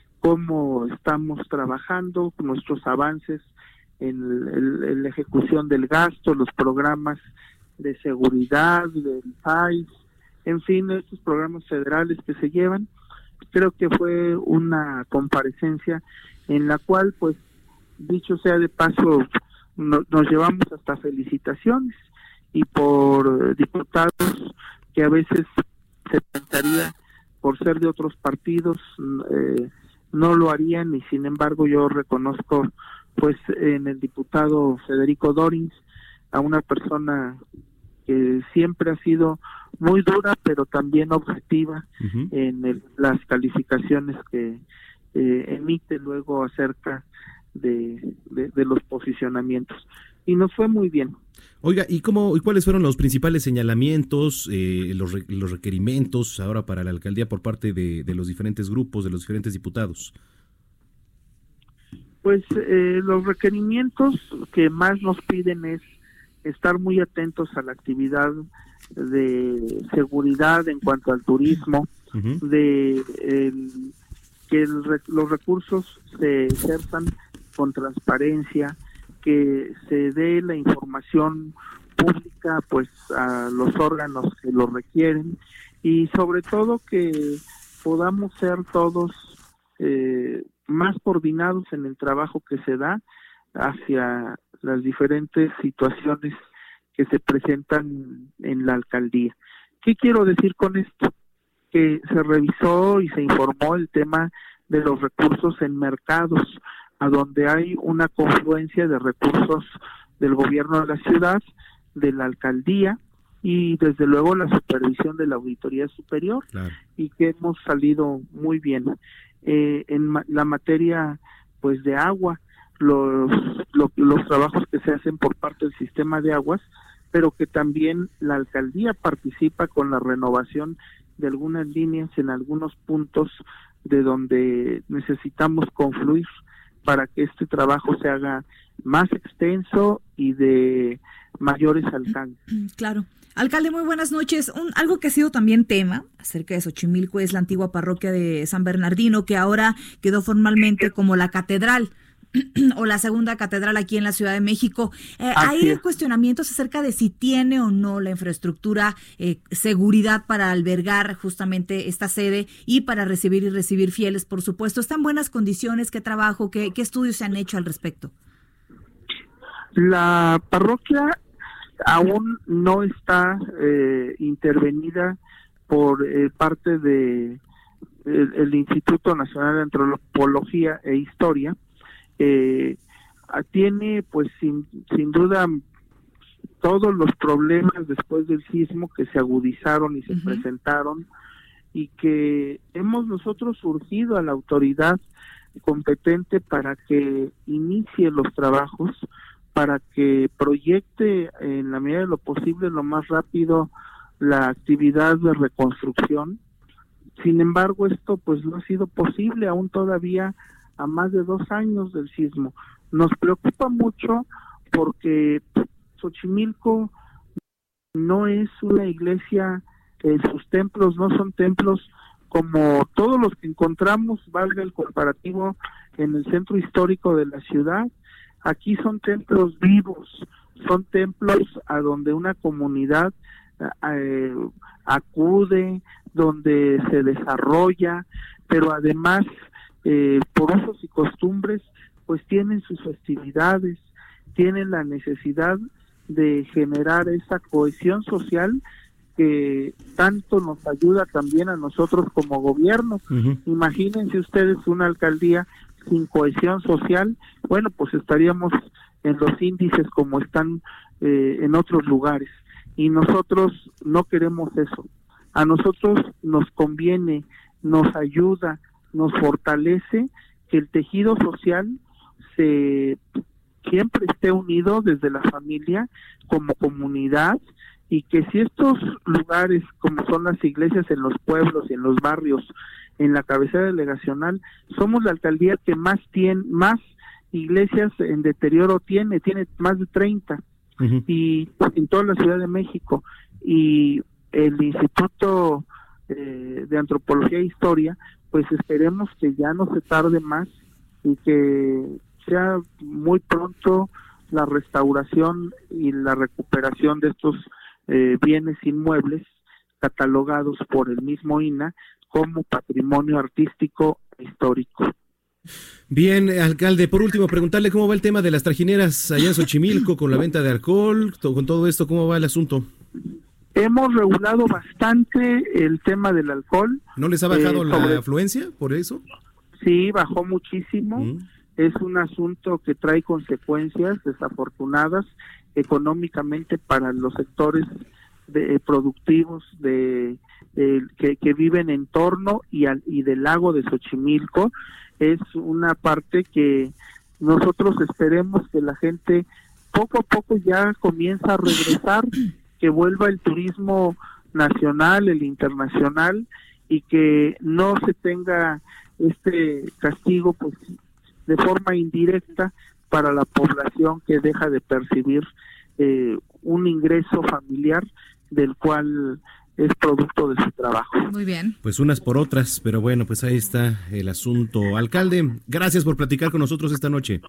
Speaker 15: cómo estamos trabajando, nuestros avances en, el, en la ejecución del gasto, los programas de seguridad, del P A I S, en fin, estos programas federales que se llevan. Creo que fue una comparecencia en la cual, pues, dicho sea de paso, no, nos llevamos hasta felicitaciones, y por diputados que a veces se pensaría por ser de otros partidos eh, no lo harían, y sin embargo yo reconozco pues en el diputado Federico Dorins a una persona que siempre ha sido muy dura pero también objetiva uh-huh. en el, las calificaciones que eh, emite luego acerca de, de, de los posicionamientos, y nos fue muy bien.
Speaker 4: Oiga, ¿y cómo y cuáles fueron los principales señalamientos, eh, los, re, los requerimientos ahora para la alcaldía por parte de, de los diferentes grupos, de los diferentes diputados?
Speaker 15: Pues eh, los requerimientos que más nos piden es estar muy atentos a la actividad de seguridad en cuanto al turismo, uh-huh. de el, que el, los recursos se ejerzan con transparencia, que se dé la información pública pues a los órganos que lo requieren, y sobre todo que podamos ser todos eh, más coordinados en el trabajo que se da hacia las diferentes situaciones que se presentan en la alcaldía. ¿Qué quiero decir con esto? Que se revisó y se informó el tema de los recursos en mercados, a donde hay una confluencia de recursos del gobierno de la ciudad, de la alcaldía y desde luego la supervisión de la Auditoría Superior, claro. Y que hemos salido muy bien. Eh, en ma- la materia pues de agua, los, lo, los trabajos que se hacen por parte del sistema de aguas, pero que también la alcaldía participa con la renovación de algunas líneas en algunos puntos de donde necesitamos confluir para que este trabajo se haga más extenso y de mayores alcances.
Speaker 3: Claro. Alcalde, muy buenas noches. Un, algo que ha sido también tema acerca de Xochimilco es la antigua parroquia de San Bernardino, que ahora quedó formalmente como la catedral o la segunda catedral aquí en la Ciudad de México. Eh, hay cuestionamientos acerca de si tiene o no la infraestructura, eh, seguridad para albergar justamente esta sede y para recibir y recibir fieles, por supuesto. ¿Está en buenas condiciones? ¿Qué trabajo, qué, qué estudios se han hecho al respecto?
Speaker 15: La parroquia aún no está eh, intervenida por eh, parte de el, el Instituto Nacional de Antropología e Historia. Eh, tiene pues sin, sin duda todos los problemas después del sismo que se agudizaron y se uh-huh. presentaron, y que hemos nosotros surgido a la autoridad competente para que inicie los trabajos, para que proyecte en la medida de lo posible lo más rápido la actividad de reconstrucción. Sin embargo, esto pues no ha sido posible aún todavía a más de dos años del sismo. Nos preocupa mucho porque Xochimilco no es una iglesia, eh, sus templos no son templos como todos los que encontramos, valga el comparativo, en el centro histórico de la ciudad. Aquí son templos vivos, son templos a donde una comunidad eh, acude, donde se desarrolla, pero además Eh, por usos y costumbres, pues tienen sus festividades, tienen la necesidad de generar esa cohesión social que tanto nos ayuda también a nosotros como gobierno. Uh-huh. Imagínense ustedes una alcaldía sin cohesión social, bueno, pues estaríamos en los índices como están eh, en otros lugares, y nosotros no queremos eso. A nosotros nos conviene, nos ayuda, nos fortalece que el tejido social se siempre esté unido desde la familia como comunidad, y que si estos lugares como son las iglesias en los pueblos y en los barrios, en la cabecera delegacional, somos la alcaldía que más tiene, más iglesias en deterioro tiene, tiene más de treinta, uh-huh. y en toda la Ciudad de México, y el Instituto eh, de Antropología e Historia, pues esperemos que ya no se tarde más y que sea muy pronto la restauración y la recuperación de estos eh, bienes inmuebles catalogados por el mismo I N A como patrimonio artístico e histórico.
Speaker 4: Bien, alcalde, por último, preguntarle cómo va el tema de las trajineras allá en Xochimilco con la venta de alcohol, con todo esto, ¿cómo va el asunto?
Speaker 15: Hemos regulado bastante el tema del alcohol.
Speaker 4: ¿No les ha bajado eh, sobre... la afluencia por eso?
Speaker 15: Sí, bajó muchísimo. Mm. Es un asunto que trae consecuencias desafortunadas económicamente para los sectores de, eh, productivos de, de que, que viven en torno y, al, y del lago de Xochimilco. Es una parte que nosotros esperemos que la gente poco a poco ya comienza a regresar, que vuelva el turismo nacional, el internacional, y que no se tenga este castigo pues de forma indirecta para la población que deja de percibir eh, un ingreso familiar del cual es producto de su trabajo.
Speaker 3: Muy bien.
Speaker 4: Pues unas por otras, pero bueno, pues ahí está el asunto. Alcalde, gracias por platicar con nosotros esta noche.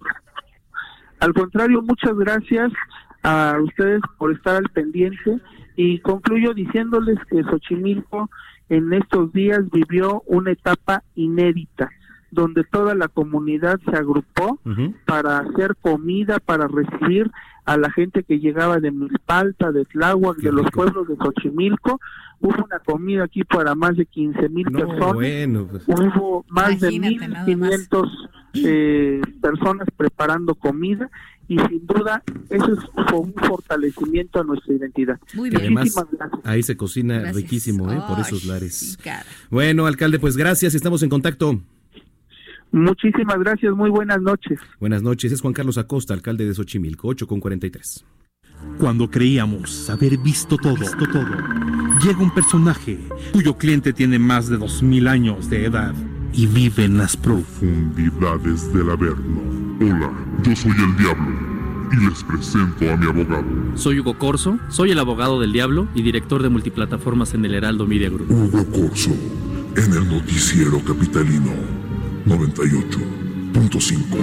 Speaker 15: Al contrario, muchas gracias a ustedes por estar al pendiente, y concluyo diciéndoles que Xochimilco en estos días vivió una etapa inédita. donde toda la comunidad se agrupó uh-huh. para hacer comida, para recibir a la gente que llegaba de Milpalta, de Tláhuac, de los pueblos de Xochimilco. Hubo una comida aquí para más de quince mil no, personas, bueno, pues. Hubo más Imagínate, de mil quinientos eh, personas preparando comida, y sin duda eso es, fue un fortalecimiento a nuestra identidad.
Speaker 4: Muy bien. Además, ahí se cocina gracias. riquísimo, ¿eh? Oh, por esos lares. Sí, bueno, alcalde, pues gracias, estamos en contacto.
Speaker 15: Muchísimas gracias, muy buenas noches.
Speaker 4: Buenas noches, es Juan Carlos Acosta, alcalde de Xochimilco, ocho con cuarenta y tres.
Speaker 6: Cuando creíamos haber visto todo, visto todo, llega un personaje cuyo cliente tiene más de dos mil años de edad y vive en las profundidades del Averno.
Speaker 16: Hola, yo soy el Diablo y les presento a mi abogado.
Speaker 17: Soy Hugo Corso, soy el abogado del Diablo y director de multiplataformas en el Heraldo Media Group.
Speaker 16: Hugo Corso, en el noticiero capitalino noventa y ocho punto cinco.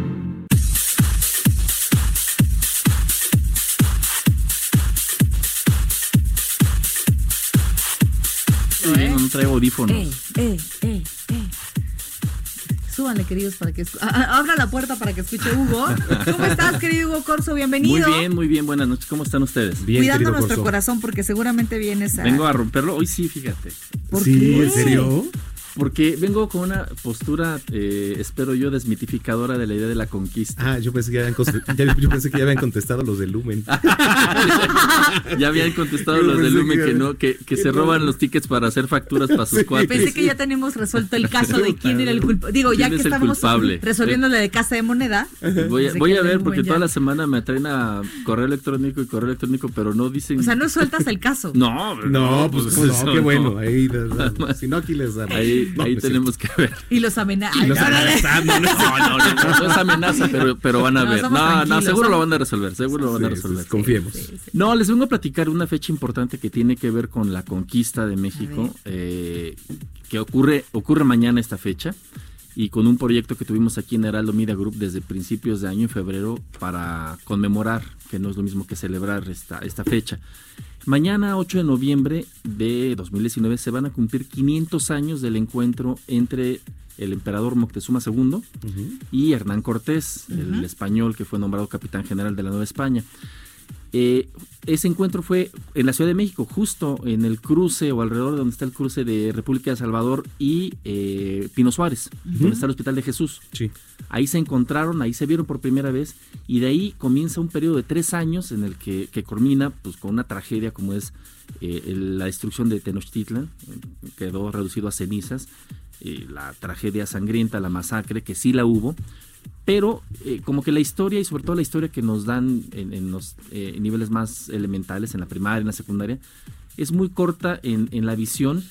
Speaker 17: ¿Eh? No traigo audífonos.
Speaker 3: Eh, eh, eh, eh. Súbanle, queridos, para que... Escu- Abra la puerta para que escuche Hugo. ¿Cómo estás, querido Hugo Corso? Bienvenido.
Speaker 17: Muy bien, muy bien. Buenas noches. ¿Cómo están ustedes?
Speaker 3: Bien, cuidando nuestro Corso. Corazón, porque seguramente vienes a...
Speaker 17: Vengo a romperlo. Hoy sí, fíjate.
Speaker 3: ¿Por
Speaker 4: ¿Sí?
Speaker 3: qué?
Speaker 4: ¿En serio?
Speaker 17: Porque vengo con una postura, eh, espero yo, desmitificadora de la idea de la conquista.
Speaker 4: Ah, yo pensé que ya habían, ya, yo pensé que ya habían contestado los de Lumen.
Speaker 17: Ya habían contestado yo los de Lumen que, que no, que, que, que se no. roban los tickets para hacer facturas para sus sí. cuates.
Speaker 3: Pensé que ya tenemos resuelto el caso de quién era el culpable. Digo, ya que estábamos resolviéndole de Casa de Moneda.
Speaker 17: Voy a, voy a ver, porque toda la semana me traen a correo electrónico y correo electrónico, pero no dicen...
Speaker 3: O sea, no sueltas el caso.
Speaker 17: No,
Speaker 4: no, no pues, pues no, no, qué bueno. Ahí, si no, aquí les damos.
Speaker 17: Ahí,
Speaker 4: no,
Speaker 17: ahí
Speaker 4: pues
Speaker 17: tenemos
Speaker 4: sí.
Speaker 17: que ver.
Speaker 3: Y los amenazan.
Speaker 17: No, no, no, no, no es amenaza, pero, pero van a
Speaker 3: no,
Speaker 17: ver. No, no, seguro
Speaker 3: somos...
Speaker 17: lo van a resolver, seguro lo van a resolver.
Speaker 4: Sí, sí, confiemos.
Speaker 17: Sí, sí. No, les vengo a platicar una fecha importante que tiene que ver con la conquista de México, eh, que ocurre, ocurre mañana esta fecha, y con un proyecto que tuvimos aquí en Heraldo Media Group desde principios de año, en febrero, para conmemorar, que no es lo mismo que celebrar esta, esta fecha. Mañana, ocho de noviembre de dos mil diecinueve, se van a cumplir quinientos años del encuentro entre el emperador Moctezuma segundo uh-huh. y Hernán Cortés, uh-huh. el español que fue nombrado capitán general de la Nueva España. Eh, ese encuentro fue en la Ciudad de México, justo en el cruce o alrededor de donde está el cruce de República de Salvador y eh, Pino Suárez, uh-huh. donde está el Hospital de Jesús.
Speaker 4: Sí.
Speaker 17: Ahí se encontraron, ahí se vieron por primera vez, y de ahí comienza un periodo de tres años en el que, que culmina pues, con una tragedia como es eh, el, la destrucción de Tenochtitlan, quedó reducido a cenizas, eh, la tragedia sangrienta, la masacre, que sí la hubo, pero eh, como que la historia, y sobre todo la historia que nos dan en, en los eh, niveles más elementales, en la primaria, en la secundaria, es muy corta en, en la visión,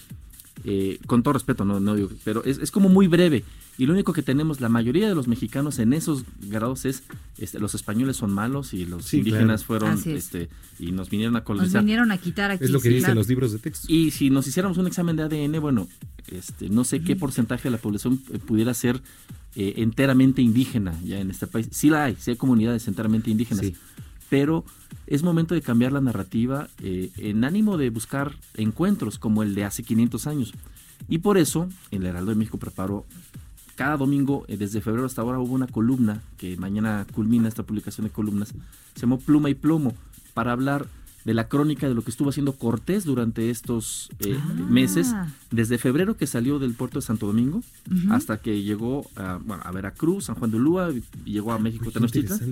Speaker 17: eh, con todo respeto, no, no digo, pero es, es como muy breve. Y lo único que tenemos, la mayoría de los mexicanos en esos grados es, este, los españoles son malos y los sí, indígenas claro. fueron, este, y nos vinieron a colonizar.
Speaker 3: Nos vinieron a quitar aquí.
Speaker 4: Es lo que
Speaker 3: sí,
Speaker 4: dicen
Speaker 3: claro.
Speaker 4: los libros de texto.
Speaker 17: Y si nos hiciéramos un examen de A D N, bueno, este, no sé uh-huh. qué porcentaje de la población pudiera ser eh, enteramente indígena ya en este país. Sí la hay, sí hay comunidades enteramente indígenas. Sí. Pero es momento de cambiar la narrativa eh, en ánimo de buscar encuentros como el de hace quinientos años. Y por eso, el Heraldo de México preparó cada domingo, desde febrero hasta ahora, hubo una columna, que mañana culmina esta publicación de columnas, se llamó Pluma y Plomo, para hablar de la crónica de lo que estuvo haciendo Cortés durante estos eh, ah. meses, desde febrero que salió del puerto de Santo Domingo, uh-huh. hasta que llegó a, bueno, a Veracruz, San Juan de Ulúa, y llegó a México, Tenochtitlan,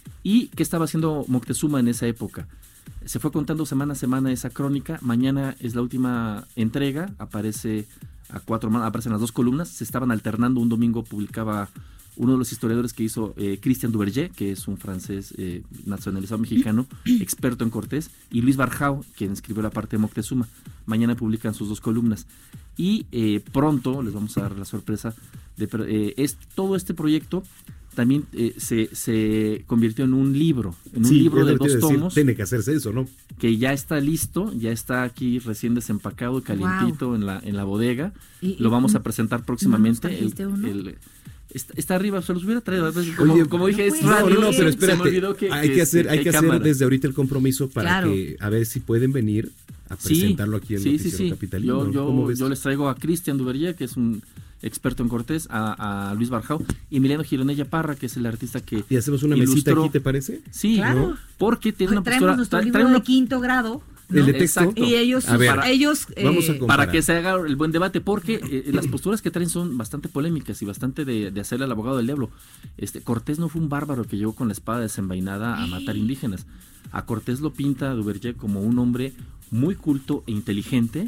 Speaker 17: y qué estaba haciendo Moctezuma en esa época. Se fue contando semana a semana esa crónica. Mañana es la última entrega, aparece a cuatro manos, aparecen las dos columnas, se estaban alternando. Un domingo publicaba uno de los historiadores que hizo eh, Christian Duverger, que es un francés eh, nacionalizado mexicano, experto en Cortés, y Luis Barjao, quien escribió la parte de Moctezuma. Mañana publican sus dos columnas. Y eh, pronto les vamos a dar la sorpresa de eh, es, todo este proyecto también eh, se, se convirtió en un libro, en un
Speaker 4: sí,
Speaker 17: libro de dos
Speaker 4: decir,
Speaker 17: tomos.
Speaker 4: Tiene que hacerse eso, ¿no?
Speaker 17: Que ya está listo, ya está aquí recién desempacado y calientito wow. en la en la bodega. ¿Y, Lo vamos y, a presentar próximamente. ¿No el, uno? El, está, está arriba, se los hubiera traído. Como,
Speaker 4: Oye,
Speaker 17: como dije, es
Speaker 4: no,
Speaker 17: radio,
Speaker 4: no, no, pero espérate.
Speaker 17: Se me olvidó que,
Speaker 4: hay que,
Speaker 17: que
Speaker 4: hacer, hay
Speaker 17: que
Speaker 4: que hacer
Speaker 17: cámara.
Speaker 4: desde ahorita el compromiso para
Speaker 3: claro.
Speaker 4: que a ver si pueden venir a presentarlo
Speaker 17: sí,
Speaker 4: aquí en
Speaker 17: sí,
Speaker 4: Noticiero
Speaker 17: sí, sí.
Speaker 4: Capitalino.
Speaker 17: Yo, yo, yo les traigo a Christian Duverger, que es un experto en Cortés, a, a Luis Barjao, y Emiliano Gironella Parra, que es el artista que
Speaker 4: ¿Y hacemos una
Speaker 17: ilustró.
Speaker 4: mesita aquí, te parece?
Speaker 17: Sí,
Speaker 3: Claro.
Speaker 17: ¿no? Porque tiene una
Speaker 3: Traemos
Speaker 17: postura...
Speaker 3: nuestro
Speaker 17: trae-
Speaker 3: libro
Speaker 17: trae una-
Speaker 3: de quinto grado, ¿no?
Speaker 4: El de texto.
Speaker 17: Exacto.
Speaker 3: Y ellos,
Speaker 4: A ver,
Speaker 3: para, ellos eh,
Speaker 4: vamos a comparar.
Speaker 17: Para que se haga el buen debate, porque eh, las posturas que traen son bastante polémicas y bastante de, de hacerle al abogado del diablo. Este Cortés no fue un bárbaro que llegó con la espada desenvainada a matar indígenas. A Cortés lo pinta Duverger como un hombre muy culto e inteligente,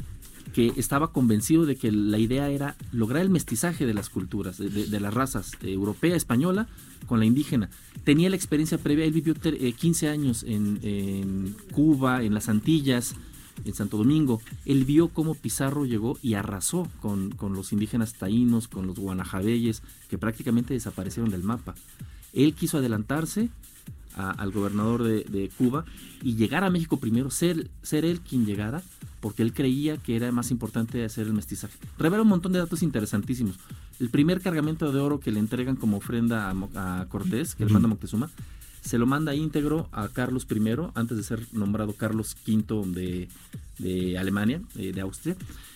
Speaker 17: que estaba convencido de que la idea era lograr el mestizaje de las culturas, de, de, de las razas de europea, española, con la indígena. Tenía la experiencia previa, él vivió eh, quince años en, en Cuba, en las Antillas, en Santo Domingo. Él vio cómo Pizarro llegó y arrasó con, con los indígenas taínos, con los guanajabeyes, que prácticamente desaparecieron del mapa. Él quiso adelantarse a, al gobernador de, de Cuba y llegar a México primero, ser, ser él quien llegara, porque él creía que era más importante hacer el mestizaje. Revela un montón de datos interesantísimos. El primer cargamento de oro que le entregan como ofrenda a, a Cortés, que le manda Moctezuma, se lo manda íntegro a Carlos primero, antes de ser nombrado Carlos quinto de, de Alemania, de, de Austria,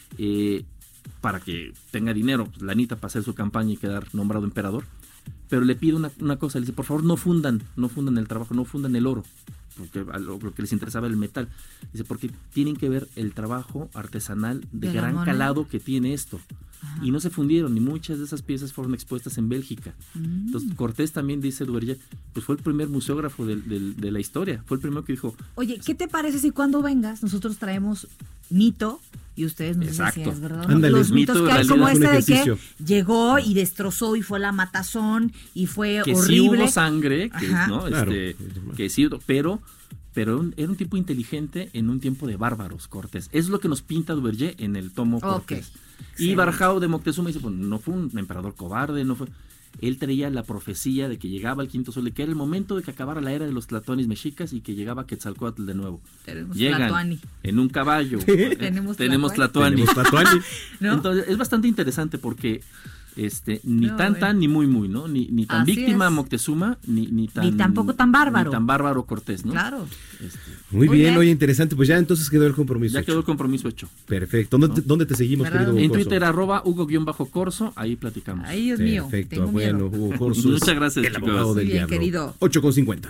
Speaker 17: eh, para que tenga dinero, pues, lanita para hacer su campaña y quedar nombrado emperador. Pero le pide una, una cosa, le dice, por favor no fundan, no fundan el trabajo, no fundan el oro, porque a lo, lo que les interesaba era el metal. Dice, porque tienen que ver el trabajo artesanal de, de gran calado que tiene esto. Ajá. Y no se fundieron, y muchas de esas piezas fueron expuestas en Bélgica. Mm. Entonces Cortés también, dice Duverger, pues fue el primer museógrafo de, de, de la historia, fue el primero que dijo...
Speaker 3: Oye, ¿qué te parece si cuando vengas nosotros traemos mito y ustedes nos dicen si es verdad?
Speaker 4: Ándale,
Speaker 3: los mitos
Speaker 4: mito,
Speaker 3: que hay como este de que
Speaker 4: llegó
Speaker 3: y destrozó y fue la matazón y fue
Speaker 17: que
Speaker 3: horrible.
Speaker 17: Sí hubo sangre, que, ¿no?
Speaker 4: Claro.
Speaker 17: Este, que sí, pero... pero un, era un tipo inteligente en un tiempo de bárbaros, Cortés. Es lo que nos pinta Duverger en el tomo Cortés. Okay. Y sí. Barjao de Moctezuma dice, pues no fue un emperador cobarde, no fue... Él traía la profecía de que llegaba el quinto sol, de que era el momento de que acabara la era de los tlatoanis mexicas y que llegaba Quetzalcóatl de nuevo.
Speaker 3: Tenemos
Speaker 17: Llegan
Speaker 3: tlatoani.
Speaker 17: En un caballo.
Speaker 3: Tenemos
Speaker 17: Tenemos
Speaker 3: tlatoani.
Speaker 17: tlatoani.
Speaker 4: Tenemos tlatoani.
Speaker 17: ¿No? Entonces es bastante interesante porque... Este, ni
Speaker 3: no,
Speaker 17: tan
Speaker 3: bueno.
Speaker 17: tan ni muy muy, ¿no? Ni, ni tan
Speaker 3: Así
Speaker 17: víctima
Speaker 3: es.
Speaker 17: Moctezuma, ni, ni tan...
Speaker 3: Ni tampoco tan bárbaro.
Speaker 17: Ni tan bárbaro Cortés, ¿no?
Speaker 3: Claro.
Speaker 17: Este,
Speaker 4: muy, muy bien,
Speaker 3: bien,
Speaker 4: oye, interesante. Pues ya entonces quedó el compromiso
Speaker 17: ya
Speaker 4: hecho.
Speaker 17: quedó el compromiso hecho.
Speaker 4: Perfecto. ¿Dónde,
Speaker 17: ¿no?
Speaker 4: te, ¿dónde te seguimos,
Speaker 3: ¿verdad?
Speaker 4: querido Hugo
Speaker 17: En
Speaker 4: Corso?
Speaker 17: Twitter, arroba Hugo-Corso, ahí platicamos.
Speaker 3: Ay, Dios mío.
Speaker 4: Perfecto,
Speaker 3: Tengo
Speaker 4: bueno,
Speaker 3: miedo.
Speaker 4: Hugo Corso.
Speaker 17: Muchas gracias,
Speaker 4: el
Speaker 17: chicos.
Speaker 4: abogado
Speaker 3: Muy
Speaker 4: del
Speaker 3: bien,
Speaker 4: diablo.
Speaker 3: querido.
Speaker 4: ocho con cincuenta.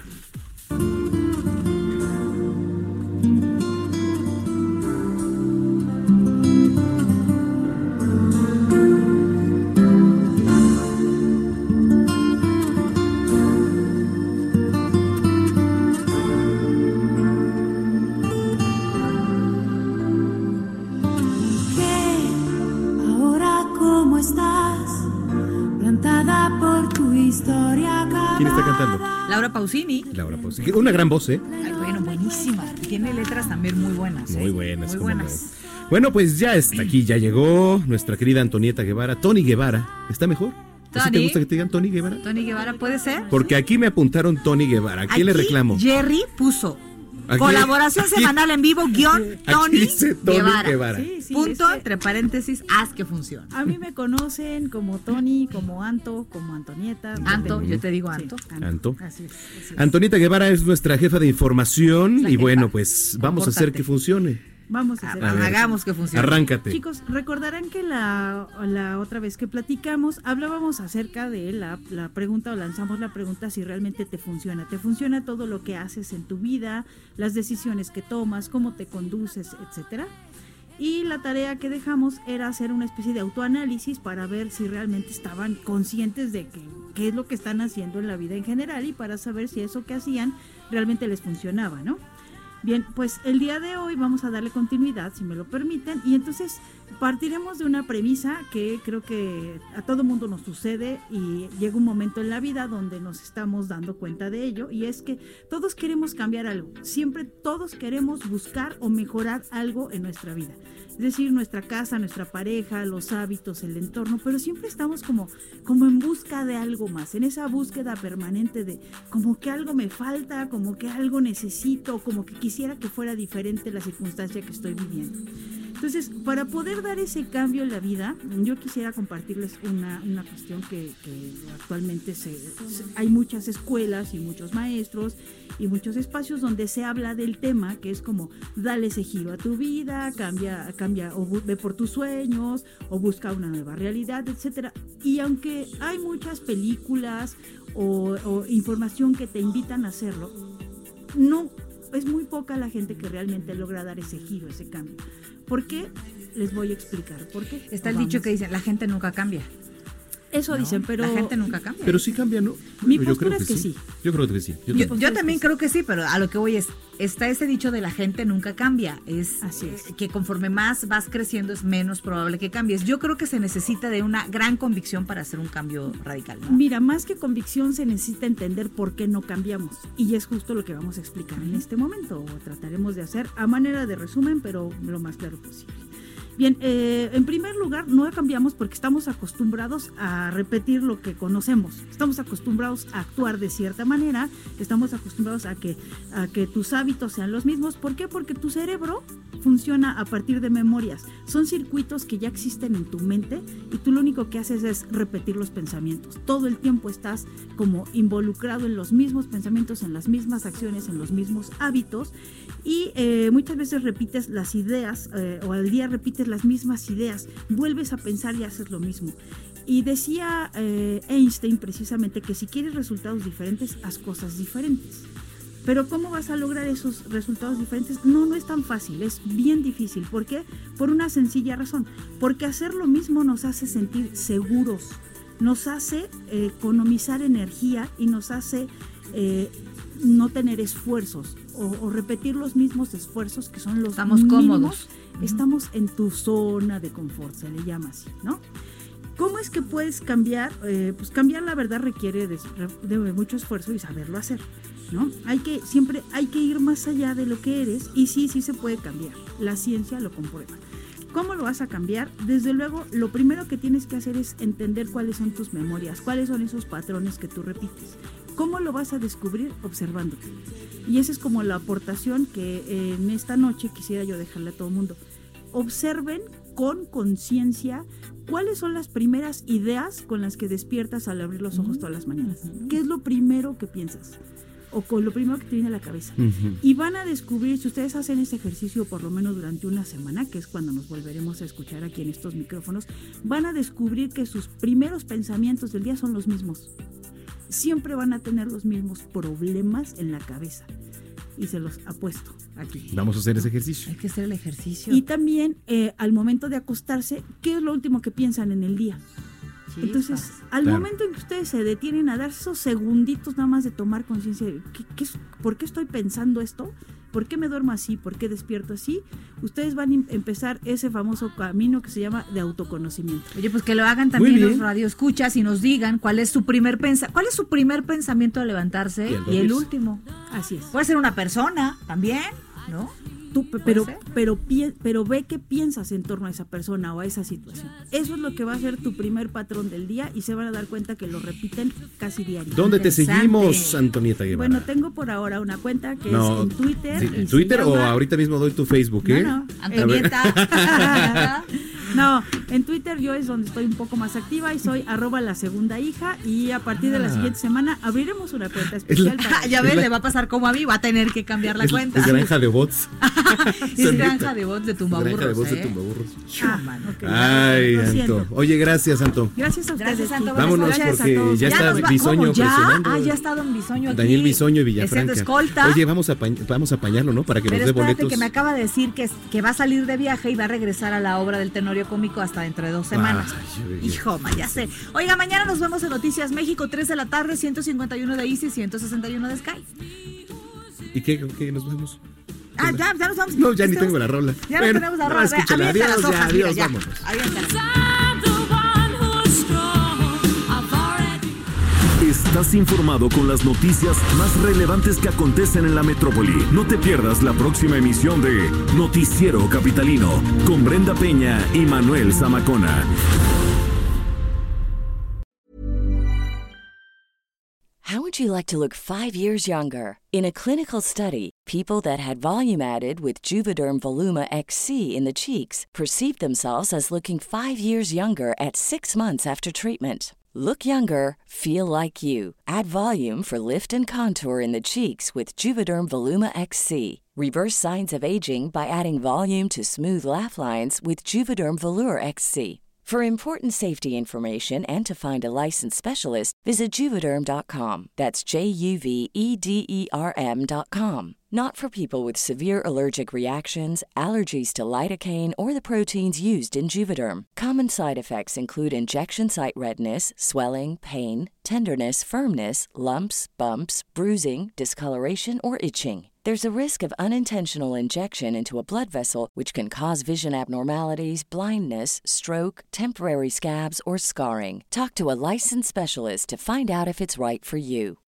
Speaker 4: ¿Quién está cantando?
Speaker 3: Laura Pausini.
Speaker 4: Laura Pausini. Una gran voz, ¿eh?
Speaker 3: Ay, bueno, buenísima. Tiene letras también muy buenas. ¿eh?
Speaker 4: Muy buenas.
Speaker 3: Muy buenas.
Speaker 4: No. Bueno, pues ya está aquí, ya llegó nuestra querida Antonieta Guevara. Tony Guevara. ¿Está mejor? ¿Así te gusta que te digan Tony Guevara?
Speaker 3: Tony Guevara, ¿puede ser?
Speaker 4: Porque aquí me apuntaron Tony Guevara. ¿A quién
Speaker 3: aquí
Speaker 4: le reclamo?
Speaker 3: Jerry puso
Speaker 4: Aquí,
Speaker 3: colaboración
Speaker 4: aquí,
Speaker 3: semanal en vivo, guión Tony,
Speaker 4: dice Tony
Speaker 3: Guevara.
Speaker 4: Guevara.
Speaker 18: Sí, sí,
Speaker 3: Punto,
Speaker 18: es que
Speaker 3: entre paréntesis, haz que funcione.
Speaker 18: a mí me conocen como Tony, como Anto, como Antonieta.
Speaker 3: Anto,
Speaker 18: depende.
Speaker 3: yo te digo Anto.
Speaker 18: Sí,
Speaker 4: Anto.
Speaker 18: Así es, así es.
Speaker 4: Antonieta Guevara es nuestra jefa de información
Speaker 3: La
Speaker 4: y
Speaker 3: jefa.
Speaker 4: bueno, pues vamos a hacer
Speaker 3: Compórtate.
Speaker 4: que funcione.
Speaker 18: Vamos a hacer.
Speaker 4: A ver.
Speaker 3: Hagamos que funcione.
Speaker 4: Arráncate.
Speaker 18: Chicos, recordarán que la, la otra vez que platicamos hablábamos acerca de la, la pregunta o lanzamos la pregunta si realmente te funciona. ¿Te funciona todo lo que haces en tu vida, las decisiones que tomas, cómo te conduces, etcétera? Y la tarea que dejamos era hacer una especie de autoanálisis para ver si realmente estaban conscientes de que, qué es lo que están haciendo en la vida en general y para saber si eso que hacían realmente les funcionaba, ¿no? Bien, pues el día de hoy vamos a darle continuidad, si me lo permiten, y entonces partiremos de una premisa que creo que a todo mundo nos sucede y llega un momento en la vida donde nos estamos dando cuenta de ello, y es que todos queremos cambiar algo, siempre todos queremos buscar o mejorar algo en nuestra vida. Es decir, nuestra casa, nuestra pareja, los hábitos, el entorno, pero siempre estamos como, como en busca de algo más, en esa búsqueda permanente de como que algo me falta, como que algo necesito, como que quisiera que fuera diferente la circunstancia que estoy viviendo. Entonces, para poder dar ese cambio en la vida, yo quisiera compartirles una, una cuestión que, que actualmente se, se, hay muchas escuelas y muchos maestros y muchos espacios donde se habla del tema, que es como dale ese giro a tu vida, cambia, cambia o ve por tus sueños, o busca una nueva realidad, etcétera. Y aunque hay muchas películas o, o información que te invitan a hacerlo, no es muy poca la gente que realmente logra dar ese giro, ese cambio. ¿Por qué? Les voy a explicar por qué.
Speaker 3: Está el dicho que dice, la gente nunca cambia.
Speaker 18: Eso no, dicen, pero...
Speaker 3: La gente nunca cambia.
Speaker 4: Pero sí cambia, ¿no?
Speaker 18: Mi
Speaker 4: Bueno,
Speaker 18: postura
Speaker 4: yo creo
Speaker 18: es que sí.
Speaker 4: sí. Yo creo que sí.
Speaker 3: Yo,
Speaker 4: Yo, también.
Speaker 3: yo también creo que sí, pero a lo que voy es, está ese dicho de la gente nunca cambia. Es,
Speaker 18: Así es.
Speaker 3: que conforme más vas creciendo es menos probable que cambies. Yo creo que se necesita de una gran convicción para hacer un cambio radical, ¿no?
Speaker 18: Mira, más que convicción se necesita entender por qué no cambiamos. Y es justo lo que vamos a explicar en este momento, o trataremos de hacer a manera de resumen, pero lo más claro posible. Bien, eh, en primer lugar, no cambiamos porque estamos acostumbrados a repetir lo que conocemos. Estamos acostumbrados a actuar de cierta manera, estamos acostumbrados a que, a que tus hábitos sean los mismos. ¿Por qué? Porque tu cerebro funciona a partir de memorias. Son circuitos que ya existen en tu mente y tú lo único que haces es repetir los pensamientos. Todo el tiempo estás como involucrado en los mismos pensamientos, en las mismas acciones, en los mismos hábitos y eh, muchas veces repites las ideas eh, o al día repites las mismas ideas, vuelves a pensar y haces lo mismo. Y decía eh, Einstein precisamente que si quieres resultados diferentes, haz cosas diferentes. Pero ¿cómo vas a lograr esos resultados diferentes? No, no es tan fácil, es bien difícil. ¿Por qué? Por una sencilla razón. Porque hacer lo mismo nos hace sentir seguros, nos hace eh, economizar energía y nos hace eh, no tener esfuerzos o, o repetir los mismos esfuerzos que son los
Speaker 3: Estamos
Speaker 18: mínimos.
Speaker 3: cómodos.
Speaker 18: Estamos en tu zona de confort, se le llama así, ¿no? ¿Cómo es que puedes cambiar? Eh, pues cambiar la verdad requiere de, de mucho esfuerzo y saberlo hacer, ¿no? Hay que, siempre hay que ir más allá de lo que eres y sí, sí se puede cambiar. La ciencia lo comprueba. ¿Cómo lo vas a cambiar? Desde luego, lo primero que tienes que hacer es entender cuáles son tus memorias, cuáles son esos patrones que tú repites. ¿Cómo lo vas a descubrir? Observándote. Y esa es como la aportación que en esta noche quisiera yo dejarle a todo el mundo. Observen con conciencia cuáles son las primeras ideas con las que despiertas al abrir los ojos todas las mañanas. ¿Qué es lo primero que piensas? O con lo primero que te viene a la cabeza. Uh-huh. Y van a descubrir, si ustedes hacen ese ejercicio por lo menos durante una semana, que es cuando nos volveremos a escuchar aquí en estos micrófonos, van a descubrir que sus primeros pensamientos del día son los mismos. Siempre van a tener los mismos problemas en la cabeza. Y se los apuesto aquí.
Speaker 4: Vamos a hacer ese ejercicio.
Speaker 3: Hay que hacer el ejercicio.
Speaker 18: Y también, eh, al momento de acostarse, ¿qué es lo último que piensan en el día? Chispas. Entonces, al claro. momento en que ustedes se detienen a dar esos segunditos nada más de tomar conciencia de ¿qué, qué, ¿por qué estoy pensando esto? ¿Por qué me duermo así? ¿Por qué despierto así? Ustedes van a empezar ese famoso camino que se llama de autoconocimiento.
Speaker 3: Oye, pues que lo hagan también los radioescuchas y nos digan cuál es su primer pensa, cuál es su primer pensamiento al levantarse y el, y el último.
Speaker 18: Así es.
Speaker 3: Puede ser una persona también, ¿no?
Speaker 18: Tú, pero, pero, pero ve qué piensas en torno a esa persona o a esa situación. Eso es lo que va a ser tu primer patrón del día y se van a dar cuenta que lo repiten casi diario.
Speaker 4: ¿Dónde te seguimos, Antonieta Guevara?
Speaker 18: Bueno, tengo por ahora una cuenta que no, es en Twitter.
Speaker 4: Sí, ¿en Twitter llama... o ahorita mismo doy tu Facebook? ¿eh?
Speaker 18: No, no,
Speaker 3: Antonieta.
Speaker 18: No, en Twitter yo es donde estoy un poco más activa y soy arroba la segunda hija y a partir de la siguiente semana abriremos una cuenta especial.
Speaker 3: La,
Speaker 18: para
Speaker 3: ya ves, la... le va a pasar como a mí, va a tener que cambiar la
Speaker 4: es,
Speaker 3: cuenta.
Speaker 4: Es granja de bots.
Speaker 3: Es granja de bots de tumbaburros.
Speaker 4: Granja de bots
Speaker 3: ¿eh?
Speaker 4: de tumbaburros.
Speaker 18: Ah, okay,
Speaker 4: Ay, Anto. Oye, gracias, Anto.
Speaker 18: Gracias a ustedes.
Speaker 3: Gracias, Anto.
Speaker 4: Vámonos
Speaker 3: gracias
Speaker 4: porque ya, ya está va, Bisoño
Speaker 3: ¿ya?
Speaker 4: presionando.
Speaker 3: Ah, ya está don Bisoño aquí.
Speaker 4: Daniel Bisoño y Villafranca.
Speaker 3: Escolta.
Speaker 4: Oye, vamos a, vamos a apañarlo, ¿no? Para que
Speaker 3: Pero
Speaker 4: nos dé
Speaker 3: espérate,
Speaker 4: boletos.
Speaker 3: que me acaba de decir que, que va a salir de viaje y va a regresar a la obra del Tenorio Cómico hasta dentro de dos semanas. Ay, hijo, ya sé. Oiga, mañana nos vemos en Noticias México, tres de la tarde, ciento cincuenta y uno de Easy, ciento sesenta y uno de Sky.
Speaker 4: ¿Y qué, qué nos vemos?
Speaker 3: Ah, ya, ya nos vamos.
Speaker 4: No, ya ni tengo la rola.
Speaker 3: Ya bueno, no tenemos la rola.
Speaker 4: No,
Speaker 3: Avienta
Speaker 4: adiós,
Speaker 3: las hojas,
Speaker 4: ya, adiós,
Speaker 3: mira,
Speaker 4: vámonos.
Speaker 2: Estás informado con las noticias más relevantes que acontecen en la metrópoli. No te pierdas la próxima emisión de Noticiero Capitalino con Brenda Peña y Manuel Zamacona.
Speaker 19: How would you like to look five years younger? In a clinical study, People that had volume added with Juvederm Voluma X C in the cheeks perceived themselves as looking five years younger at six months after treatment. Look younger, feel like you. Add volume for lift and contour in the cheeks with Juvederm Voluma X C. Reverse signs of aging by adding volume to smooth laugh lines with Juvederm Volure X C. For important safety information and to find a licensed specialist, visit Juvederm dot com. That's J U V E D E R M dot com. Not for people with severe allergic reactions, allergies to lidocaine, or the proteins used in Juvederm. Common side effects include injection site redness, swelling, pain, tenderness, firmness, lumps, bumps, bruising, discoloration, or itching. There's a risk of unintentional injection into a blood vessel, which can cause vision abnormalities, blindness, stroke, temporary scabs, or scarring. Talk to a licensed specialist to find out if it's right for you.